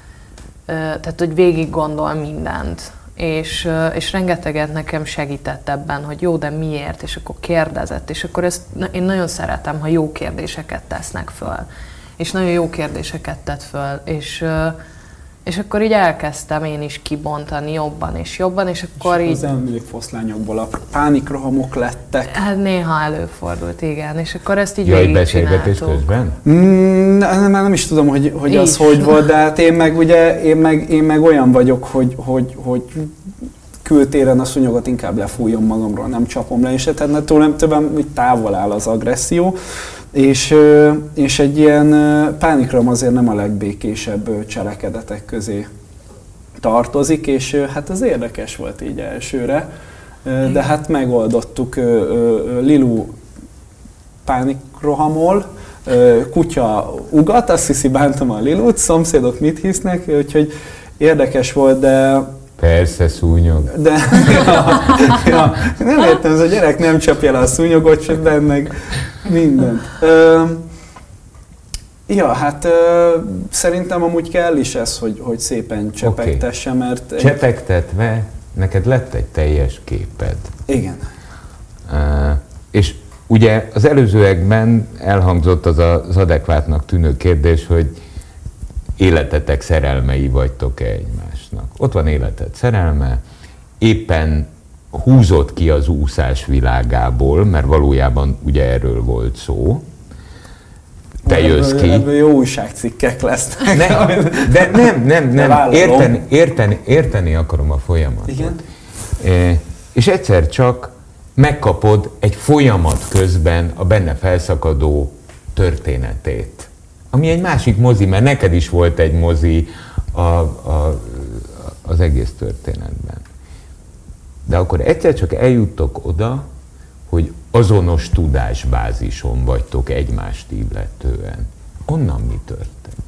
S3: tehát hogy végig gondol mindent. És, és rengeteget nekem segített ebben, hogy jó, de miért, és akkor kérdezett. És akkor ezt én nagyon szeretem, ha jó kérdéseket tesznek föl. És nagyon jó kérdéseket tett föl. És, És akkor így elkezdtem én is kibontani jobban és jobban, és akkor és így...
S2: az emlékfoszlányokból a pánikrohamok lettek.
S3: Hát néha előfordult, igen, és akkor ezt így
S1: Jaj, végigcsináltuk. Közben?
S2: Mm, nem, nem is tudom, hogy, hogy az hogy volt, de hát én meg ugye, én meg, én meg olyan vagyok, hogy, hogy, hogy kültéren a szúnyogot inkább lefújom magamról, nem csapom le, és tehát tőlem többen úgy távol áll az agresszió. És, és egy ilyen pánikroham azért nem a legbékésebb cselekedetek közé tartozik, és hát az érdekes volt így elsőre, de hát megoldottuk. Lilu pánikrohamol, kutya ugat, azt hiszi, bántom a Lilut, szomszédok mit hisznek, úgyhogy érdekes volt, de...
S1: Persze, szúnyog.
S2: De, ja, ja, nem értem, ez a gyerek nem csapja le a szúnyogot, csak bennek mindent. Ö, ja, hát ö, szerintem amúgy kell is ez, hogy, hogy szépen csepegtesse, okay. mert... Egy...
S1: Csepegtetve, neked lett egy teljes képed.
S2: Igen.
S1: Uh, és ugye az előzőekben elhangzott az az adekvátnak tűnő kérdés, hogy életetek szerelmei vagytok-e egymásnak. Ott van életed szerelme, éppen húzott ki az úszás világából, mert valójában ugye erről volt szó. Te jössz ki.
S2: Ebből jó újságcikkek lesznek.
S1: Ne, de nem, nem, nem. Érteni, érteni, érteni akarom a folyamatot.
S2: Igen?
S1: E, és egyszer csak megkapod egy folyamat közben a benne felszakadó történetét. Ami egy másik mozi, mert neked is volt egy mozi a, a, az egész történetben. De akkor egyszer csak eljuttok oda, hogy azonos tudásbázison vagytok egymást illetően. Onnan mi történt?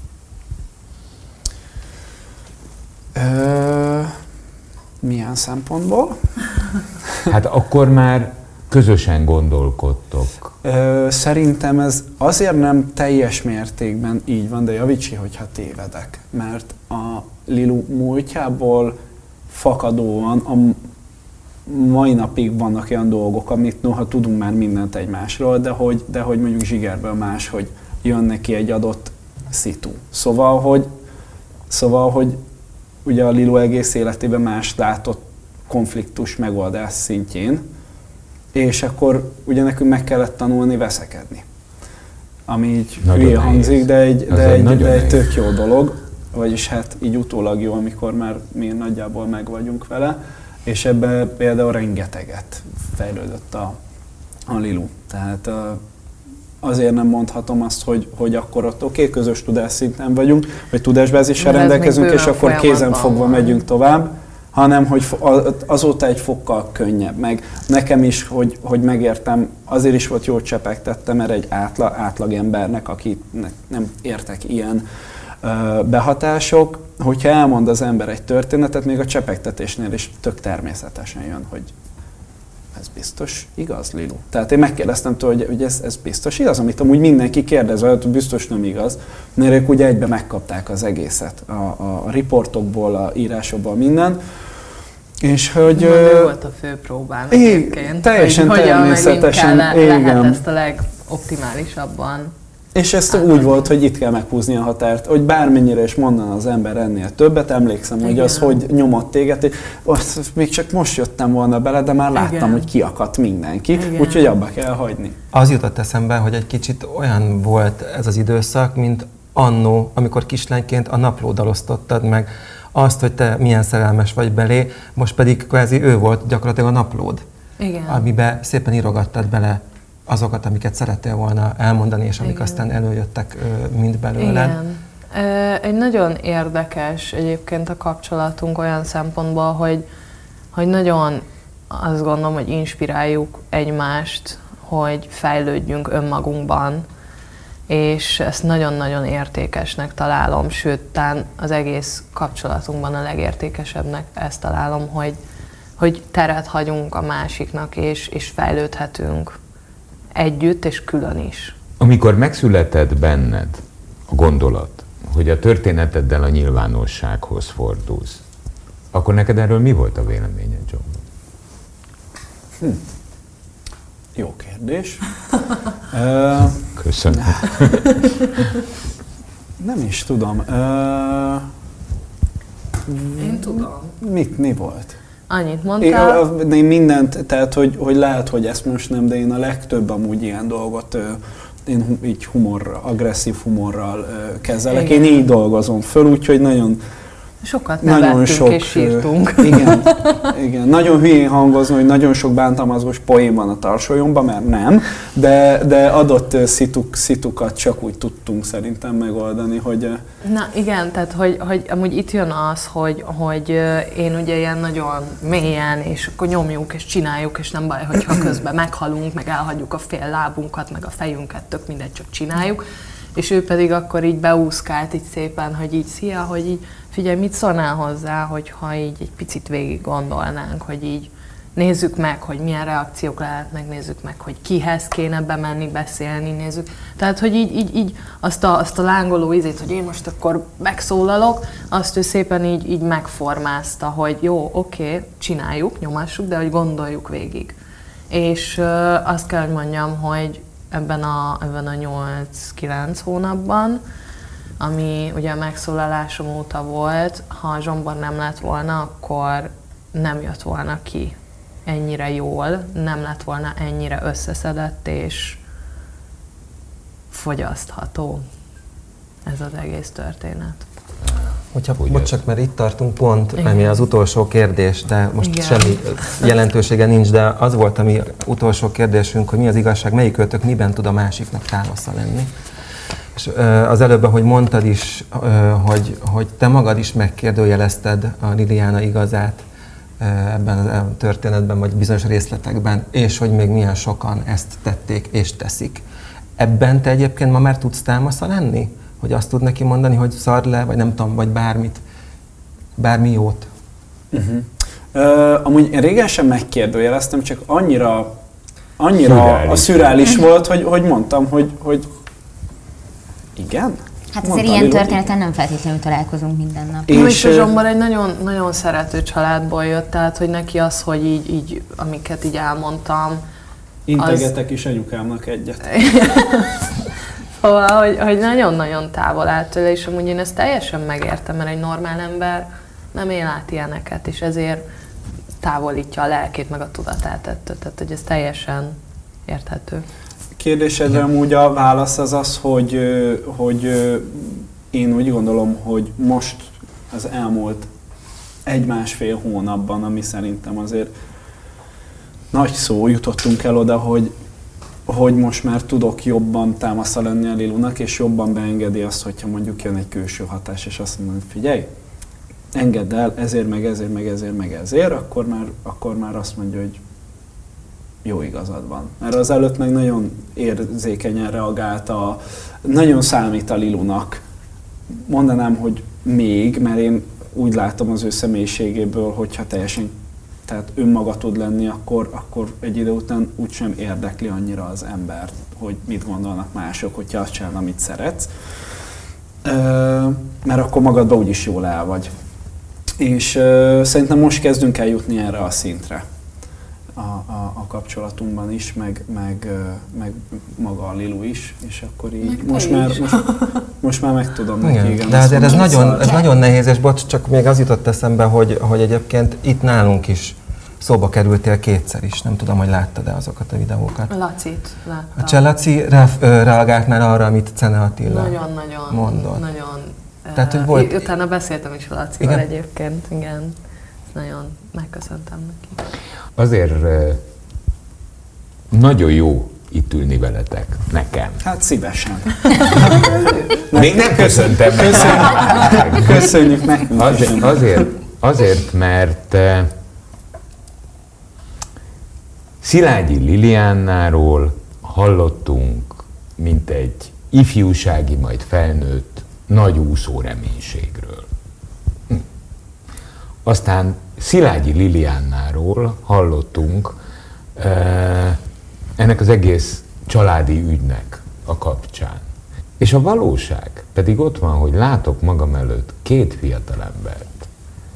S2: Ö, milyen szempontból?
S1: Hát akkor már közösen gondolkodtok.
S2: Ö, szerintem ez azért nem teljes mértékben így van, de javíts ki, hogyha tévedek. Mert a Lilu múltjából fakadóan a mai napig vannak olyan dolgok, amit noha tudunk már mindent egymásról, de hogy, de hogy mondjuk zsigerből más, hogy jön neki egy adott szitu. Szóval, hogy, szóval, hogy ugye a Lilu egész életében más látott konfliktus megoldás szintjén, és akkor ugye nekünk meg kellett tanulni veszekedni. Ami így hülye hangzik, de egy, de egy, de egy tök jó dolog, vagyis hát így utólag jó, amikor már mi nagyjából meg vagyunk vele, és ebben például rengeteget fejlődött a, a Lilu. Tehát azért nem mondhatom azt, hogy, hogy akkor ott oké, okay, közös tudásszinten vagyunk, vagy tudásbázissal rendelkezünk, és akkor kézenfogva van. Megyünk tovább, hanem hogy azóta egy fokkal könnyebb. Meg nekem is, hogy, hogy megértem, azért is volt jó, hogy csepegtettem, mert egy átlag, átlag embernek, akinek nem értek ilyen ö, behatások, hogyha elmond az ember egy történetet, még a csepegtetésnél is tök természetesen jön, hogy ez biztos igaz, Lilu. Tehát én megkérdeztem tőle, hogy, hogy ez, ez biztos igaz, amit amúgy mindenki kérdez, hogy biztos nem igaz, mert ők ugye egybe megkapták az egészet, a, a riportokból, a írásokból, minden. És hogy...
S3: Ő volt a fő próbán egyébként.
S2: Teljesen hogy természetesen.
S3: Le, lehet ezt a legoptimálisabban.
S2: És ezt átadni. Úgy volt, hogy itt kell meghúzni a határt, hogy bármennyire is mondana az ember ennél többet, emlékszem, igen. Hogy az, hogy nyomott téged, azt még csak most jöttem volna bele, de már láttam, igen. Hogy kiakadt mindenki, úgyhogy abba kell hagyni.
S5: Az jutott eszembe, hogy egy kicsit olyan volt ez az időszak, mint annó, amikor kislányként a naplóddal osztottad meg azt, hogy te milyen szerelmes vagy belé, most pedig kvázi ő volt gyakorlatilag a naplód, igen. Amiben szépen írogattad bele azokat, amiket szerettél volna elmondani, és amik igen. Aztán előjöttek mind belőled.
S3: Igen. Egy nagyon érdekes egyébként a kapcsolatunk olyan szempontból, hogy, hogy nagyon azt gondolom, hogy inspiráljuk egymást, hogy fejlődjünk önmagunkban, és ezt nagyon-nagyon értékesnek találom, sőt, talán az egész kapcsolatunkban a legértékesebbnek ezt találom, hogy, hogy teret hagyunk a másiknak, és, és fejlődhetünk együtt és külön is.
S1: Amikor megszületett benned a gondolat, hogy a történeteddel a nyilvánossághoz fordulsz, akkor neked erről mi volt a véleményed, John?
S2: Hm. Jó kérdés.
S1: Köszönöm.
S2: Nem is tudom.
S3: Én tudom.
S2: Mit, mi volt?
S3: Annyit mondtál?
S2: Én, én mindent, tehát hogy, hogy lehet, hogy ezt most nem, de én a legtöbb amúgy ilyen dolgot én így humor, agresszív humorral kezelek. Igen. Én így dolgozom föl, úgyhogy nagyon
S3: Sokat nevettünk sok, és sírtunk.
S2: Igen, igen, nagyon hülyén hangozni, hogy nagyon sok bántalmazós poén van a tarsolyomban, mert nem, de, de adott szituk, szitukat csak úgy tudtunk szerintem megoldani, hogy...
S3: Na igen, tehát hogy, hogy amúgy itt jön az, hogy, hogy én ugye ilyen nagyon mélyen, és akkor nyomjuk, és csináljuk, és nem baj, hogyha közben meghalunk, meg elhagyjuk a fél lábunkat, meg a fejünket, tök mindegy, csak csináljuk. És ő pedig akkor így beúszkált így szépen, hogy így szia, hogy így figyelj, mit szólnál hozzá, hogyha így egy picit végig gondolnánk, hogy így nézzük meg, hogy milyen reakciók lehetnek, nézzük meg, hogy kihez kéne bemenni, beszélni, nézzük. Tehát, hogy így, így, így azt, a, azt a lángoló ízét, hogy én most akkor megszólalok, azt ő szépen így, így megformázta, hogy jó, oké, csináljuk, nyomassuk, de hogy gondoljuk végig. És uh, azt kell, hogy mondjam, hogy ebben a, ebben a nyolc-kilenc hónapban, ami ugye a megszólalásom óta volt, ha a zsombor nem lett volna, akkor nem jött volna ki ennyire jól, nem lett volna ennyire összeszedett és fogyasztható ez az egész történet.
S5: Hogyha most csak, mert itt tartunk pont, igen, ami az utolsó kérdés, de most igen, semmi jelentősége nincs, de az volt a mi utolsó kérdésünk, hogy mi az igazság, melyik őtök miben tud a másiknak támasza lenni. És az előbb, ahogy mondtad is, hogy, hogy te magad is megkérdőjelezted a Liliana igazát ebben a történetben, vagy bizonyos részletekben, és hogy még milyen sokan ezt tették és teszik. Ebben te egyébként ma már tudsz támasza lenni? Hogy azt tud neki mondani, hogy szard le, vagy nem tudom, vagy bármit, bármi jót?
S2: Uh-huh. Uh, amúgy én régen sem megkérdőjeleztem, csak annyira, annyira szürális, a szürális volt, hogy, hogy mondtam, hogy, hogy igen?
S6: Hát azért ilyen történeten nem feltétlenül találkozunk minden nap.
S3: És, és a Zsombor egy nagyon, nagyon szerető családból jött, tehát hogy neki az, hogy így, így amiket így elmondtam.
S2: Integetek az... is anyukámnak egyet.
S3: Szóval, hogy, hogy nagyon-nagyon távol állt tőle, és amúgy én ezt teljesen megértem, mert egy normál ember nem él át ilyeneket, és ezért távolítja a lelkét meg a tudatát ettől. Tehát, hogy ez teljesen érthető.
S2: Kérdésedre amúgy a válasz az az, hogy, hogy én úgy gondolom, hogy most az elmúlt egy-másfél hónapban, ami szerintem azért nagy szó, jutottunk el oda, hogy hogy most már tudok jobban támasza lenni a Lilunak, és jobban beengedi azt, hogyha mondjuk jön egy külső hatás, és azt mondom, hogy figyelj, engedd el, ezért, meg ezért, meg ezért, meg ezért, akkor már, akkor már azt mondja, hogy jó igazad van. Mert az előtt meg nagyon érzékenyen reagált, a, nagyon számít a Lilunak. Mondanám, hogy még, mert én úgy látom az ő személyiségéből, hogyha teljesen tehát önmaga tud lenni, akkor, akkor egy idő után úgysem érdekli annyira az embert, hogy mit gondolnak mások, hogyha azt csinál, amit szeretsz. Ö, mert akkor magadban úgyis jól el vagy. És ö, szerintem most kezdünk el jutni erre a szintre a, a, a kapcsolatunkban is, meg, meg, meg maga a Lilu is, és akkor így most már, most, most már meg tudom neki. Igen, igen,
S5: de azért ez nagyon, ez nagyon nehéz, és bocs, csak még az jutott eszembe, hogy, hogy egyébként itt nálunk is szóba kerültél kétszer is. Nem tudom, hogy láttad-e azokat a videókat.
S3: Lacit láttam.
S5: A Cseh Laci re- reagált már arra, amit Czene Attila
S3: Nagyon-nagyon.
S5: mondott.
S3: Nagyon.
S5: Tehát, hogy volt...
S3: Utána beszéltem is a Lacival igen? egyébként. Igen. Nagyon megköszöntem neki.
S1: Azért nagyon jó itt ülni veletek, nekem.
S2: Hát szívesen.
S1: Még nem köszöntem meg.
S2: Köszönjük, köszönjük nekünk.
S1: Azért, azért, azért, mert Szilágyi Liliánáról hallottunk, mint egy ifjúsági, majd felnőtt nagy úszó reménységről. Hm. Aztán Szilágyi Liliánáról hallottunk e, ennek az egész családi ügynek a kapcsán. És a valóság pedig ott van, hogy látok magam előtt két fiatalembert,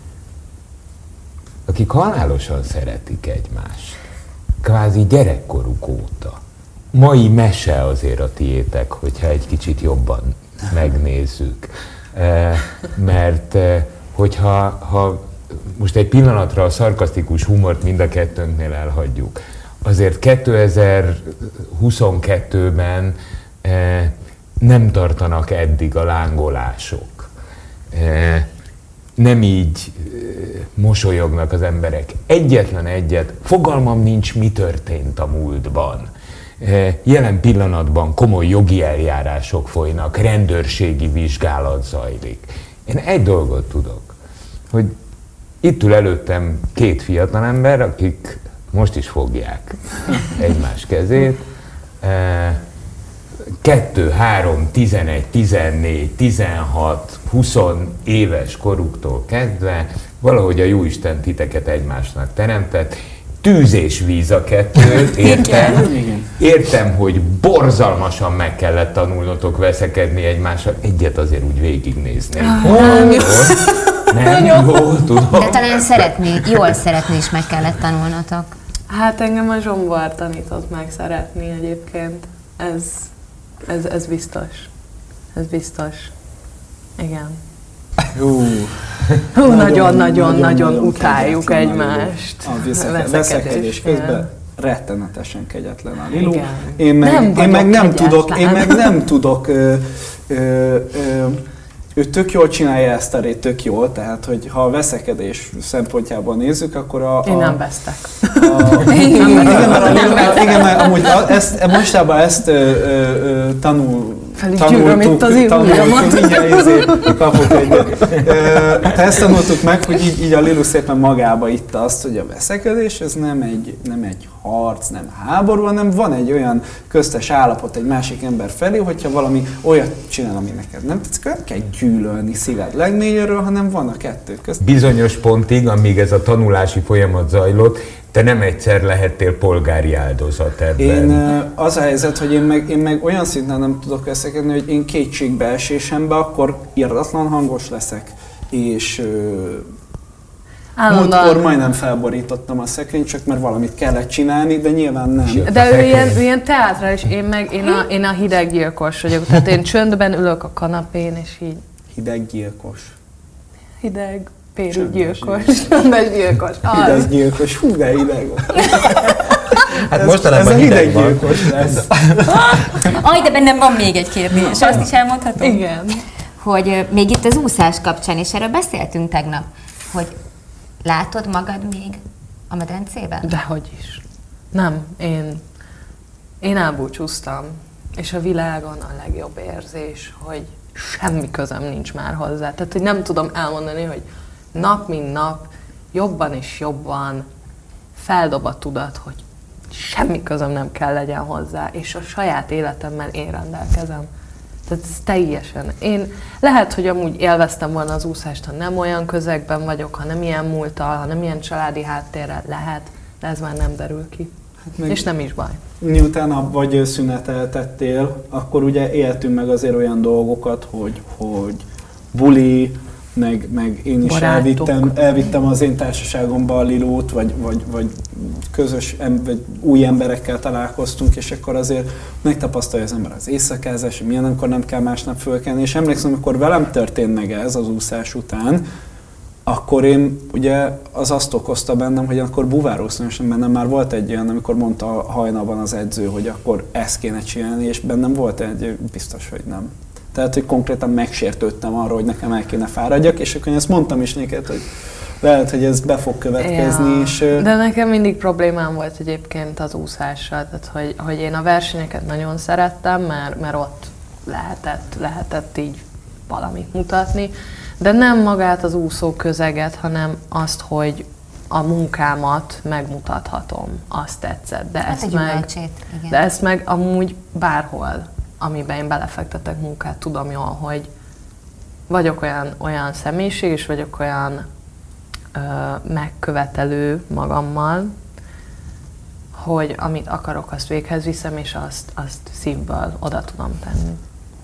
S1: akik halálosan szeretik egymást, kvázi gyerekkoruk óta. Mai mese azért a tiétek, hogyha egy kicsit jobban megnézzük. E, mert e, hogyha ha most egy pillanatra a szarkasztikus humort mind a kettőnknél elhagyjuk, azért kétezer-huszonkettőben e, nem tartanak eddig a lángolások. E, nem így mosolyognak az emberek. Egyetlen egyet, fogalmam nincs, mi történt a múltban. Jelen pillanatban komoly jogi eljárások folynak, rendőrségi vizsgálat zajlik. Én egy dolgot tudok, hogy itt ül előttem két fiatalember, akik most is fogják egymás kezét. Kettő, három, tizenegy, tizennégy, tizenhat, húsz éves koruktól kezdve valahogy a Jóisten titeket egymásnak teremtett. Tűz és víz a kettő, értem, értem, hogy borzalmasan meg kellett tanulnotok veszekedni egymással, egyet azért úgy végignézni.
S3: Nem,
S1: nem jó, tudom.
S6: De talán szeretni, jól szeretni is meg kellett tanulnotok.
S3: Hát engem a Zsombor tanított meg szeretni egyébként. Ez, ez, ez biztos. Ez biztos. Igen.
S2: Hú,
S3: nagyon-nagyon-nagyon utáljuk egymást.
S2: A veszeke, veszekedés közben rettenetesen kegyetlen a Lilu.
S3: Igen.
S2: Én meg nem, én meg nem tudok, én meg nem tudok ö, ö, ö, ő tök jól csinálja ezt a rét, tök jól, tehát hogy ha a veszekedés szempontjából nézzük, akkor a... a
S3: Én nem vesztek.
S2: A, igen, igen, mert amúgy ezt, mostában ezt ö, ö, tanul, tanultuk, tanultuk, mindjárt ezért kapok egyet. Hát ezt tanultuk meg, hogy így, így a Lilu szépen magába itta azt, hogy a veszekedés ez nem egy, nem egy harc, nem háború, hanem van egy olyan köztes állapot egy másik ember felé, hogyha valami olyat csinál, ami neked nem tetszik, nem kell gyűlölni szíved legmélyéről, hanem van a kettő közt.
S1: Bizonyos pontig, amíg ez a tanulási folyamat zajlott, te nem egyszer lehettél polgári áldozat ebben.
S2: Én, az a helyzet, hogy én meg, én meg olyan szinten nem tudok veszekedni, hogy én kétségbeesésemben akkor irdatlan hangos leszek, és múltkor majdnem felborítottam a szekrényt, csak mert valamit kellett csinálni, de nyilván nem.
S3: De ő ilyen, ő ilyen teátrális, én meg én a, én a hideggyilkos vagyok, tehát én csöndben ülök a kanapén, és így...
S2: Hideggyilkos.
S3: Hideg, pérügyilkos, csöndes gyilkos.
S2: Hideggyilkos, hú de hideg van.
S5: Hát mostanában hideg, hideg van.
S2: lesz.
S6: Aj, de bennem van még egy kérdés, azt is elmondhatom?
S3: Igen.
S6: Hogy még itt az úszás kapcsán, és erről beszéltünk tegnap, hogy látod magad még a medencében?
S3: Dehogy is. Nem, én, én elbúcsúztam, és a világon a legjobb érzés, hogy semmi közöm nincs már hozzá. Tehát, hogy nem tudom elmondani, hogy nap mint nap, jobban és jobban feldob a tudat, hogy semmi közöm nem kell legyen hozzá, és a saját életemmel én rendelkezem. Tehát ez teljesen. Én lehet, hogy amúgy élveztem volna az úszást, ha nem olyan közegben vagyok, ha nem ilyen múlttal, ha nem ilyen családi háttérrel, lehet, de ez már nem derül ki. Hát és nem is baj.
S2: Miután vagy szüneteltettél, akkor ugye éltünk meg azért olyan dolgokat, hogy, hogy buli, meg, meg én is elvittem, elvittem az én társaságomba a Lilót, vagy, vagy, vagy közös, vagy új emberekkel találkoztunk, és akkor azért megtapasztalja az ember az éjszakázás, hogy milyen, amikor nem kell másnap fölkelni, és emlékszem, amikor velem történt meg ez az úszás után, akkor én ugye az azt okozta bennem, hogy akkor buvárosznyosan bennem már volt egy olyan, amikor mondta hajnalban az edző, hogy akkor ezt kéne csinálni, és bennem volt egy, biztos, hogy nem. Tehát, hogy konkrétan megsértődtem arra, hogy nekem el kéne fáradjak, és akkor én ezt mondtam is neked, hogy lehet, hogy ez be fog következni. Ja, és,
S3: de nekem mindig problémám volt egyébként az úszással, tehát hogy, hogy én a versenyeket nagyon szerettem, mert, mert ott lehetett, lehetett így valamit mutatni, de nem magát az úszó közeget, hanem azt, hogy a munkámat megmutathatom, azt tetszett. De,
S6: hát
S3: ezt, meg, de ezt meg amúgy bárhol, amiben én belefektetek munkát, tudom jól, hogy vagyok olyan, olyan személyiség, és vagyok olyan ö, megkövetelő magammal, hogy amit akarok, azt véghez viszem, és azt, azt szívből oda tudom tenni.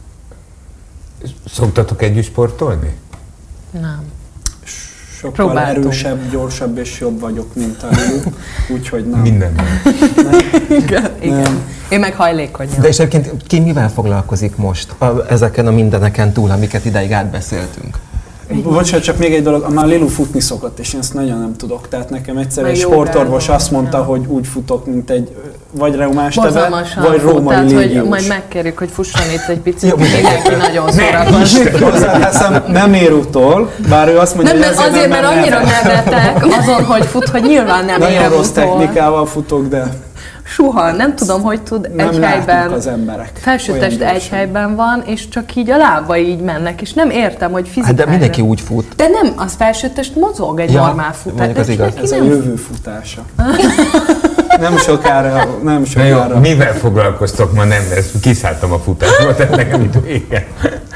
S1: Szoktatok együtt sportolni?
S3: Nem.
S2: Sokkal Próbáltunk. Erősebb, gyorsabb és jobb vagyok, mint a Lilu, úgyhogy nem.
S1: Mindenben.
S3: Igen, igen. Én meg hajlékonyan.
S5: De és egyébként ki mivel foglalkozik most a, ezeken a mindeneken túl, amiket ideig átbeszéltünk?
S2: Bocsánat, csak még egy dolog, már Lilu futni szokott, és én ezt nagyon nem tudok. Tehát nekem egyszer egy sportorvos azt mondta, ja. hogy úgy futok, mint egy vagy reumás tebe,
S3: Borzalmasan
S2: vagy
S3: fut,
S2: római
S3: tehát, hogy
S2: légiós.
S3: majd megkérjük, hogy fusson itt egy picit, mindenki nagyon szórakozik.
S2: Hozzáteszem, nem ér utol, bár ő azt mondja,
S3: Nem,
S2: hogy
S3: mert azért, mert annyira
S2: nevet.
S3: nevetek azon, hogy fut, hogy nyilván nem
S2: Nagyon
S3: ér
S2: rossz
S3: utol.
S2: technikával futok, de
S3: Suha, nem tudom, hogy tud
S2: nem
S3: egy
S2: látnak
S3: helyben,
S2: az emberek.
S3: felsőtest
S2: Olyan
S3: egy
S2: gyorsan.
S3: helyben van, és csak így a lábai így mennek, és nem értem, hogy
S5: Hát
S3: fizikára.
S5: de mindenki úgy fut.
S3: De nem, az felsőtest mozog egy
S5: Ja,
S3: normál futás.
S5: mondjuk az
S3: de
S5: igaz.
S3: neki
S2: Ez a
S3: nem
S2: jövő futása. Nem sokára, nem
S1: Na
S2: sokára.
S1: jó, mivel foglalkoztok ma? Nem, ez kiszálltam a futásba, tehát nekem itt vége.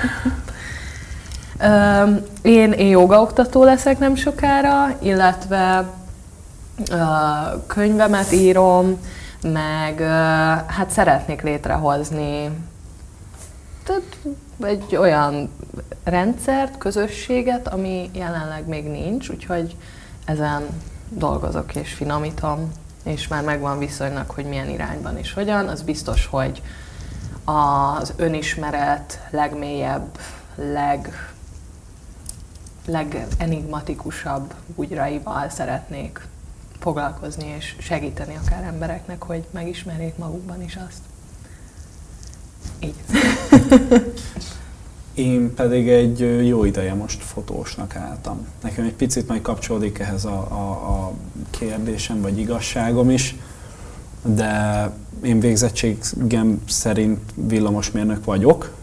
S3: Ö, Én, én jogaoktató leszek nem sokára, illetve ö, könyvemet írom, meg ö, hát szeretnék létrehozni tehát egy olyan rendszert, közösséget, ami jelenleg még nincs, úgyhogy ezen dolgozok és finomítom, és már megvan viszonylag, hogy milyen irányban és hogyan. Az biztos, hogy az önismeret legmélyebb, leg legenigmatikusabb bugyraival szeretnék foglalkozni és segíteni akár embereknek, hogy megismerjék magukban is azt. Így.
S2: Én pedig egy jó ideje most fotósnak álltam. Nekem egy picit majd kapcsolódik ehhez a, a, a kérdésem, vagy igazságom is, de én végzettségem szerint villamosmérnök vagyok,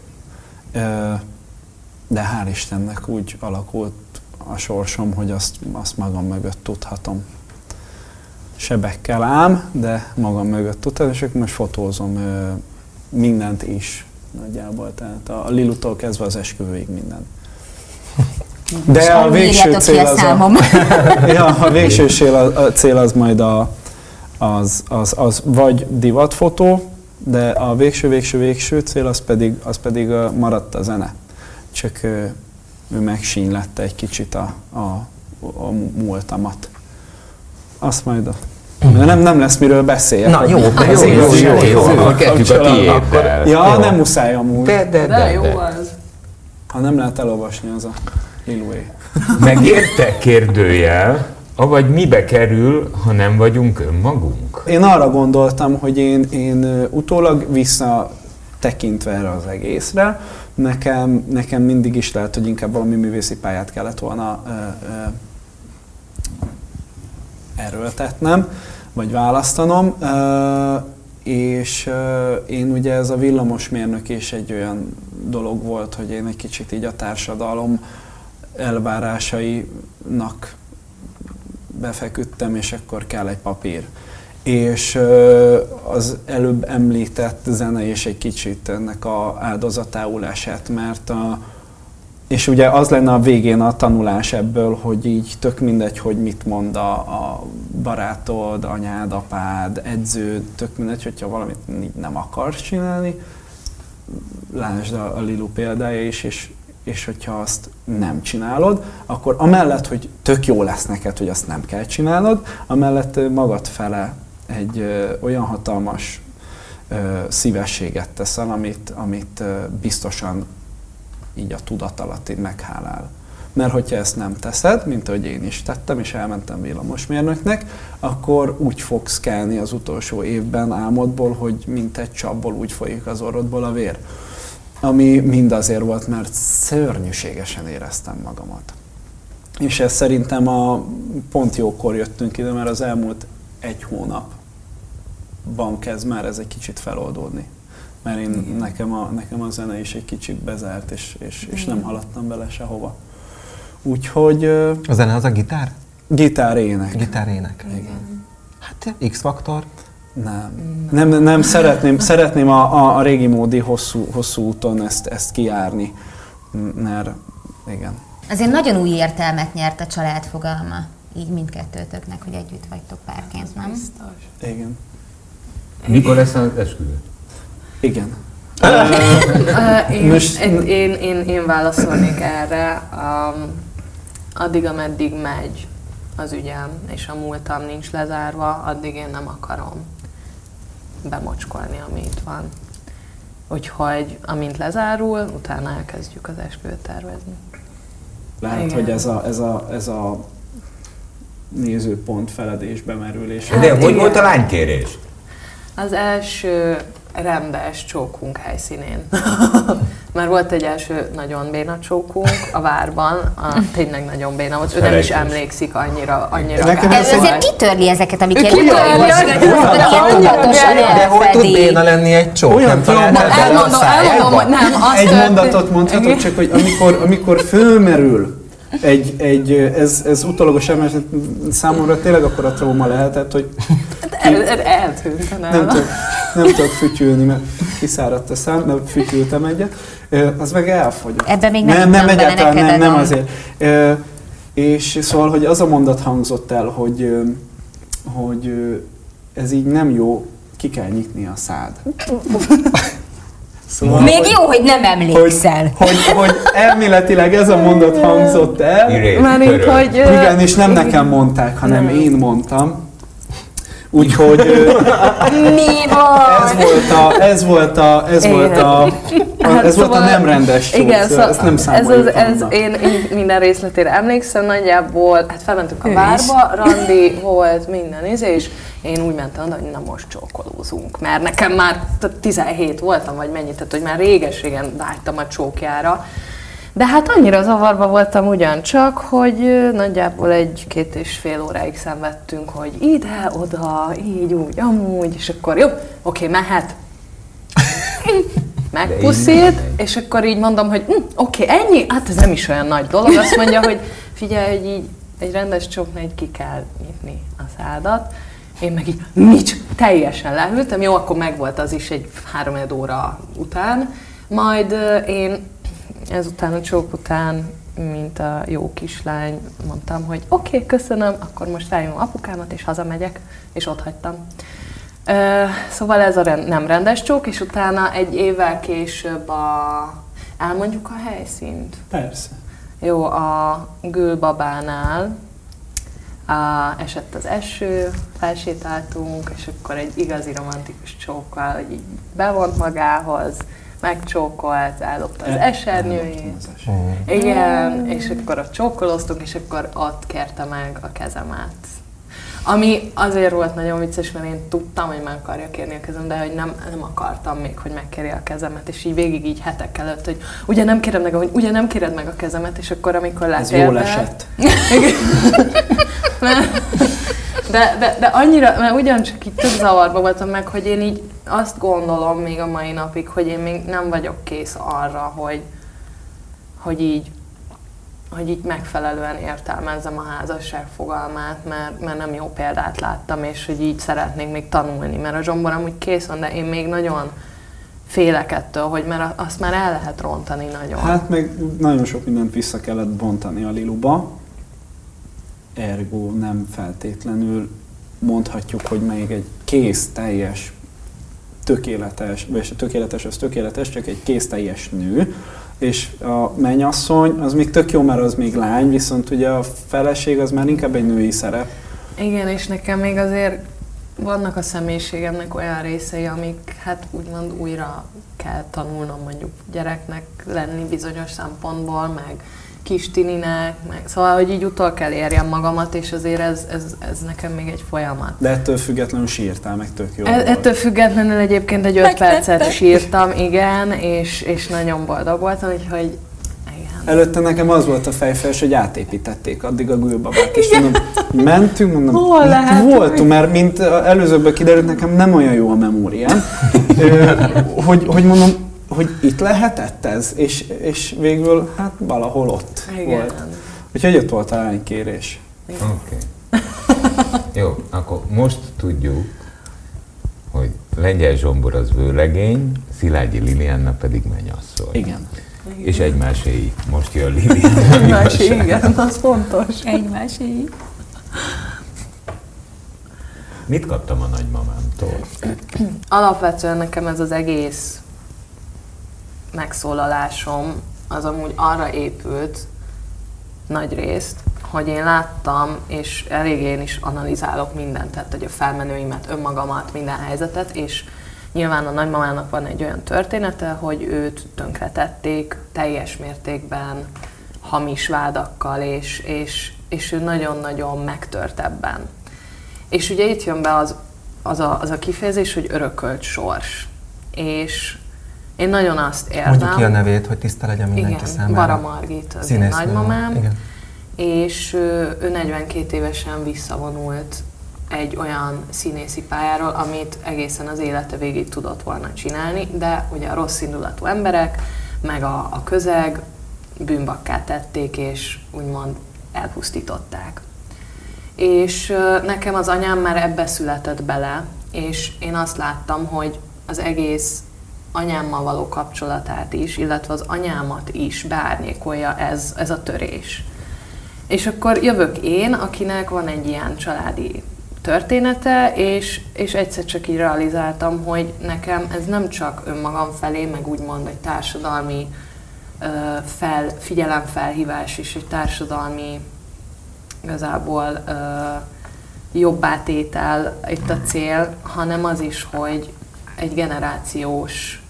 S2: de hál' Istennek úgy alakult a sorsom, hogy azt, azt magam mögött tudhatom. Sebekkel ám, de magam mögött tudhatom, és akkor most fotózom mindent is nagyjából, tehát a Lilutól kezdve az esküvőig minden. De a végső cél az a, ja, a végső cél, a cél az majd a, az, az, az vagy divatfotó, de a végső-végső-végső cél az pedig, az pedig maradt a zene. Csak ő, ő megsínylette egy kicsit a, a, a múltamat. Azt majd a... Nem, nem lesz miről beszélni.
S5: Na jó, de
S2: Az
S5: jó, jó,
S2: igaz,
S5: jó, jó, jó.
S1: Kezdjük a tiéddel.
S2: Ja,
S5: Jó.
S2: nem muszáj amúgy.
S1: De, de,
S3: De
S1: de,
S3: jó
S1: de.
S3: az.
S2: Ha nem lehet elolvasni, az a Lilué.
S1: Megérte kérdőjel, avagy mibe kerül, ha nem vagyunk önmagunk?
S2: Én arra gondoltam, hogy én, én utólag visszatekintve erre az egészre, nekem, nekem mindig is lehet, hogy inkább valami művészi pályát kellett volna ö, ö, erőltetnem, vagy választanom, ö, és ö, én ugye ez a villamosmérnök is egy olyan dolog volt, hogy én egy kicsit így a társadalom elvárásainak befeküdtem, és akkor kell egy papír. És ö, az előbb említett zene is egy kicsit ennek a áldozatául esett, mert a, és ugye az lenne a végén a tanulás ebből, hogy így tök mindegy, hogy mit mond a, a barátod, anyád, apád, edződ, tök mindegy, hogyha valamit így nem akarsz csinálni. Lásd a, a Lilu példája is, és, és hogyha azt nem csinálod, akkor amellett, hogy tök jó lesz neked, hogy azt nem kell csinálnod, amellett magad fele egy ö, olyan hatalmas ö, szívességet teszel, amit, amit ö, biztosan így a tudat alatt így meghálál. Mert hogyha ezt nem teszed, mint ahogy én is tettem, és elmentem villamosmérnöknek, akkor úgy fogsz kelni az utolsó évben álmodból, hogy mint egy csapból úgy folyik az orrodból a vér. Ami mind azért volt, mert szörnyűségesen éreztem magamat. És ez szerintem a pont jókor jöttünk ide, mert az elmúlt egy hónapban kezd már ez egy kicsit feloldódni. Mert én, nekem, a, nekem a zene is egy kicsit bezárt, és, és, és nem haladtam bele sehova. Úgyhogy...
S5: A zene az a gitár?
S2: Gitárének.
S5: Gitárének.
S2: Igen.
S5: Hát X-faktor.
S2: Nem. Nem, nem szeretném, szeretném a, a, a régi módi hosszú, hosszú úton ezt, ezt kijárni, mert igen.
S6: Azért nagyon új értelmet nyert a család fogalma, így mindkettőtöknek, hogy együtt vagytok párként, nem?
S2: Igen.
S1: Mikor lesz az esküvő?
S2: Igen.
S3: Uh, én,
S2: Most-
S3: én, én, én, én válaszolnék erre. Um, addig, ameddig megy az ügyem, és a múltam nincs lezárva, addig én nem akarom bemocskolni, ami itt van. Úgyhogy amint lezárul, utána elkezdjük az esküvőt tervezni.
S2: Lehet,
S3: Igen.
S2: hogy ez a, ez a, ez a nézőpont feledésbe merülés.
S1: De hogy volt a lánykérés?
S3: Az első rendes csókunk helyszínén. Már volt egy első nagyon béna csókunk a várban, a, tényleg nagyon béna volt, ő nem is emlékszik annyira, annyira.
S6: Ez azért kitörli ezeket, amiket
S3: kitörli,
S5: de hogy tud béna lenni egy csók?
S2: Olyan traumát
S3: elmondom, elmondom, hogy nem, azt
S2: egy
S3: történt.
S2: mondatot mondhatok, csak hogy amikor, amikor fölmerül egy, egy ez, ez utólagos emlék, számomra tényleg akkor a trauma lehetett, hogy
S3: El, el, eltűnt, nem?
S2: Nem tudok, nem tudok fütyülni, mert kiszáradt a szám, mert fütyültem egyet. Az meg elfogyott.
S6: Ebben még
S2: nem, nem
S6: bele
S2: egyáltalán
S6: neked
S2: nem, nem
S6: adom.
S2: azért. És szóval, hogy az a mondat hangzott el, hogy, hogy ez így nem jó, ki kell nyitni a szád. Szóval,
S6: Még
S2: hogy,
S6: jó, hogy nem emlékszel.
S2: Hogy, hogy, hogy elméletileg ez a mondat hangzott el.
S1: Irén,
S3: Mert hogy...
S2: Igen, és nem nekem mondták, hanem
S3: Nem.
S2: én mondtam. Úgyhogy
S6: Mi van?
S2: ez volt a, ez volt a, ez volt a, a
S3: Hát
S2: ez volt a
S3: szóval-
S2: nem rendes csók,
S3: Igen, szóval
S2: ezt nem
S3: ez,
S2: számoljuk
S3: az, ez
S2: annak.
S3: én, én minden részletére emlékszem, nagyjából, hát felmentünk a
S6: Ő
S3: várba, randi volt, minden izé, és én úgy mentem oda, hogy na most csókolózunk, mert nekem már tizenhét voltam, vagy mennyit, tehát hogy már réges-régen vágytam a csókjára. De hát annyira zavarba voltam ugyancsak, hogy nagyjából egy-két és fél óráig szenvedtünk, hogy ide, oda, így, úgy, amúgy, és akkor jó, oké, mehet. Megpuszít, és akkor így mondom, hogy hm, oké, ennyi? Hát ez nem is olyan nagy dolog. Azt mondja, hogy figyelj, hogy így egy rendes csóknál így ki kell nyitni a szádat. Én meg így nincs, teljesen lehűltem. Jó, akkor megvolt az is egy három óra után. Majd uh, én ezután a csók után, mint a jó kislány, mondtam, hogy oké, okay, köszönöm, akkor most felhívom apukámat, és hazamegyek, és ott hagytam. Uh, szóval ez a rend, nem rendes csók, és utána egy évvel később a... Elmondjuk a helyszínt?
S2: Persze.
S3: Jó, a Gülbabánál uh, esett az eső, felsétáltunk, és akkor egy igazi romantikus csókkal, hogy így bevont magához, megcsókolt, ellopta az esernyőjét. Igen, és akkor ott csókoloztunk, és akkor ott kérte meg a kezemet. Ami azért volt nagyon vicces, mert én tudtam, hogy meg akarja kérni a kezem, de hogy nem, nem akartam még, hogy megkérje a kezemet, és így végig így hetek előtt, hogy ugye nem kéred meg, hogy ugye nem kéred meg a kezemet, és akkor amikor
S2: Ez
S3: letérde...
S2: jól esett.
S3: De, de, de annyira, mert ugyancsak így több zavarba voltam meg, hogy én így azt gondolom még a mai napig, hogy én még nem vagyok kész arra, hogy, hogy így hogy így megfelelően értelmezzem a házasság fogalmát, mert, mert nem jó példát láttam, és hogy így szeretnék még tanulni, mert a zsombor amúgy kész van, de én még nagyon félek ettől, hogy mert azt már el lehet rontani nagyon.
S2: Hát meg nagyon sok mindent vissza kellett bontani a Liluba, ergo nem feltétlenül mondhatjuk, hogy még egy kész, teljes, tökéletes, vagy tökéletes, az tökéletes, csak egy kész, teljes nő, és a mennyasszony az még tök jó, mert az még lány, viszont ugye a feleség az már inkább egy női szerep.
S3: Igen, és nekem még azért vannak a személyiségemnek olyan részei, amik hát úgymond újra kell tanulnom mondjuk gyereknek lenni bizonyos szempontból, meg kis tininek, meg szóval, hogy így utol kell érjem magamat, és azért ez, ez, ez nekem még egy folyamat.
S2: De ettől függetlenül sírtál, meg tök jó
S3: E-
S2: volt.
S3: ettől függetlenül egyébként egy öt percet sírtam, igen, és, és nagyon boldog voltam, úgyhogy igen.
S2: Előtte nekem az volt a fejfels, hogy átépítették addig a Gülbabát, és mondom, mentünk, mondom,
S3: Hol
S2: itt
S3: lehetünk?
S2: voltunk, mert mint előzőből kiderült, nekem nem olyan jó a memóriám, Ö, hogy, hogy mondom, hogy itt lehetett ez, és, és végül hát valahol ott
S3: Igen.
S2: volt. Úgyhogy ott volt a lánykérés.
S1: Oké. Okay. Jó, akkor most tudjuk, hogy Lengyel Zsombor az vőlegény, Szilágyi Liliana pedig mennyasszony.
S2: Igen.
S1: És egymáséi. Most jön Liliana.
S3: Egymás, igen, az fontos.
S6: Egymásé.
S1: Mit kaptam a nagymamámtól?
S3: Alapvetően nekem ez az egész megszólalásom az amúgy arra épült nagy részt, hogy én láttam, és elég én is analizálok mindent, tehát hogy a felmenőimet, önmagamat, minden helyzetet, és nyilván a nagymamának van egy olyan története, hogy őt tönkretették teljes mértékben, hamis vádakkal, és, és, és ő nagyon-nagyon megtört ebben. És ugye itt jön be az az a, az a kifejezés, hogy örökölt sors. És én nagyon azt érzem...
S5: Mondjuk ki a nevét, hogy tiszta legyen mindenki
S3: igen,
S5: számára.
S3: Bara Margit, az én nagymamám.
S5: Igen.
S3: És ő negyvenkét évesen visszavonult egy olyan színészi pályáról, amit egészen az élete végig tudott volna csinálni, de ugye a rossz indulatú emberek, meg a, a közeg bűnbakká tették, és úgymond elpusztították. És nekem az anyám már ebbe született bele, és én azt láttam, hogy az egész anyámmal való kapcsolatát is, illetve az anyámat is beárnyékolja ez, ez a törés. És akkor jövök én, akinek van egy ilyen családi története, és, és egyszer csak így realizáltam, hogy nekem ez nem csak önmagam felé, meg úgymond egy társadalmi uh, fel, figyelemfelhívás és egy társadalmi igazából uh, jobbátétel itt a cél, hanem az is, hogy egy generációs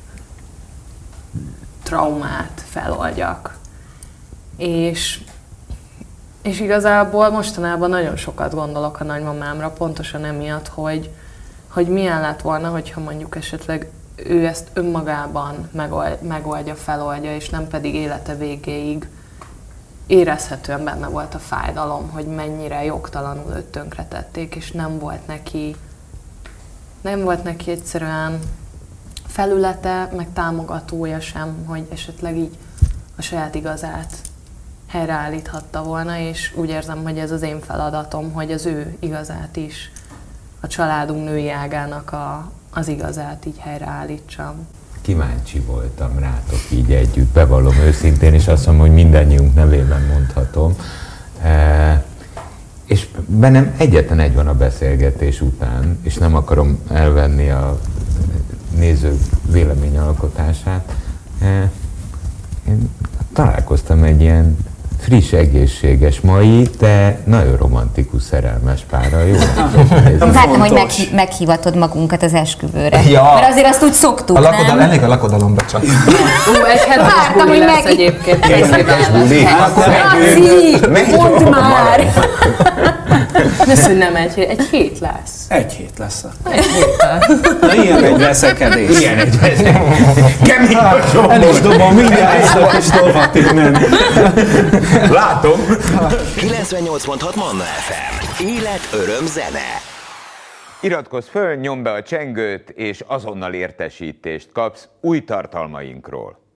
S3: traumát feloldjak. És És igazából mostanában nagyon sokat gondolok a nagymamámra, pontosan emiatt, hogy, hogy milyen lett volna, hogyha mondjuk esetleg ő ezt önmagában megoldja, feloldja, és nem pedig élete végéig érezhetően benne volt a fájdalom, hogy mennyire jogtalanul őt tönkretették, és nem volt neki, nem volt neki egyszerűen felülete, meg támogatója sem, hogy esetleg így a saját igazát helyreállíthatta volna, és úgy érzem, hogy ez az én feladatom, hogy az ő igazát is, a családunk női ágának a, az igazát így helyreállítsam.
S1: Kíváncsi voltam rátok így együtt, bevallom őszintén, és azt mondom, hogy mindannyiunk nevében mondhatom. E, és bennem egyetlen egy van a beszélgetés után, és nem akarom elvenni a nézők véleményalkotását. E, én találkoztam egy ilyen friss, egészséges mai, de nagyon romantikus, szerelmes párral. Jó?
S6: Vártam, hogy meghi- meghívatod magunkat az esküvőre.
S5: Ja.
S6: Mert azért azt úgy szoktuk,
S5: a lakodal,
S6: nem?
S5: Elég a lakodalomba csak.
S3: Ú, egy hetes
S6: Vártam,
S3: buli
S6: hogy
S3: lesz
S6: meg-
S3: egyébként.
S1: Hetes buli?
S6: Laci, mondd már!
S3: Ez, hogy nem egy hét, egy hét lesz.
S2: Egy hét lesz.
S3: Egy hét lesz.
S2: Na, ilyen egy veszekedés.
S1: Ilyen egy kemény a
S2: El is dobom mindjárt ezt a kis dolgot innen.
S1: Látom.
S4: kilencvennyolc pont hat Manna ef em. Élet, öröm, zene.
S1: Iratkozz föl, nyomd be a csengőt, és azonnal értesítést kapsz új tartalmainkról.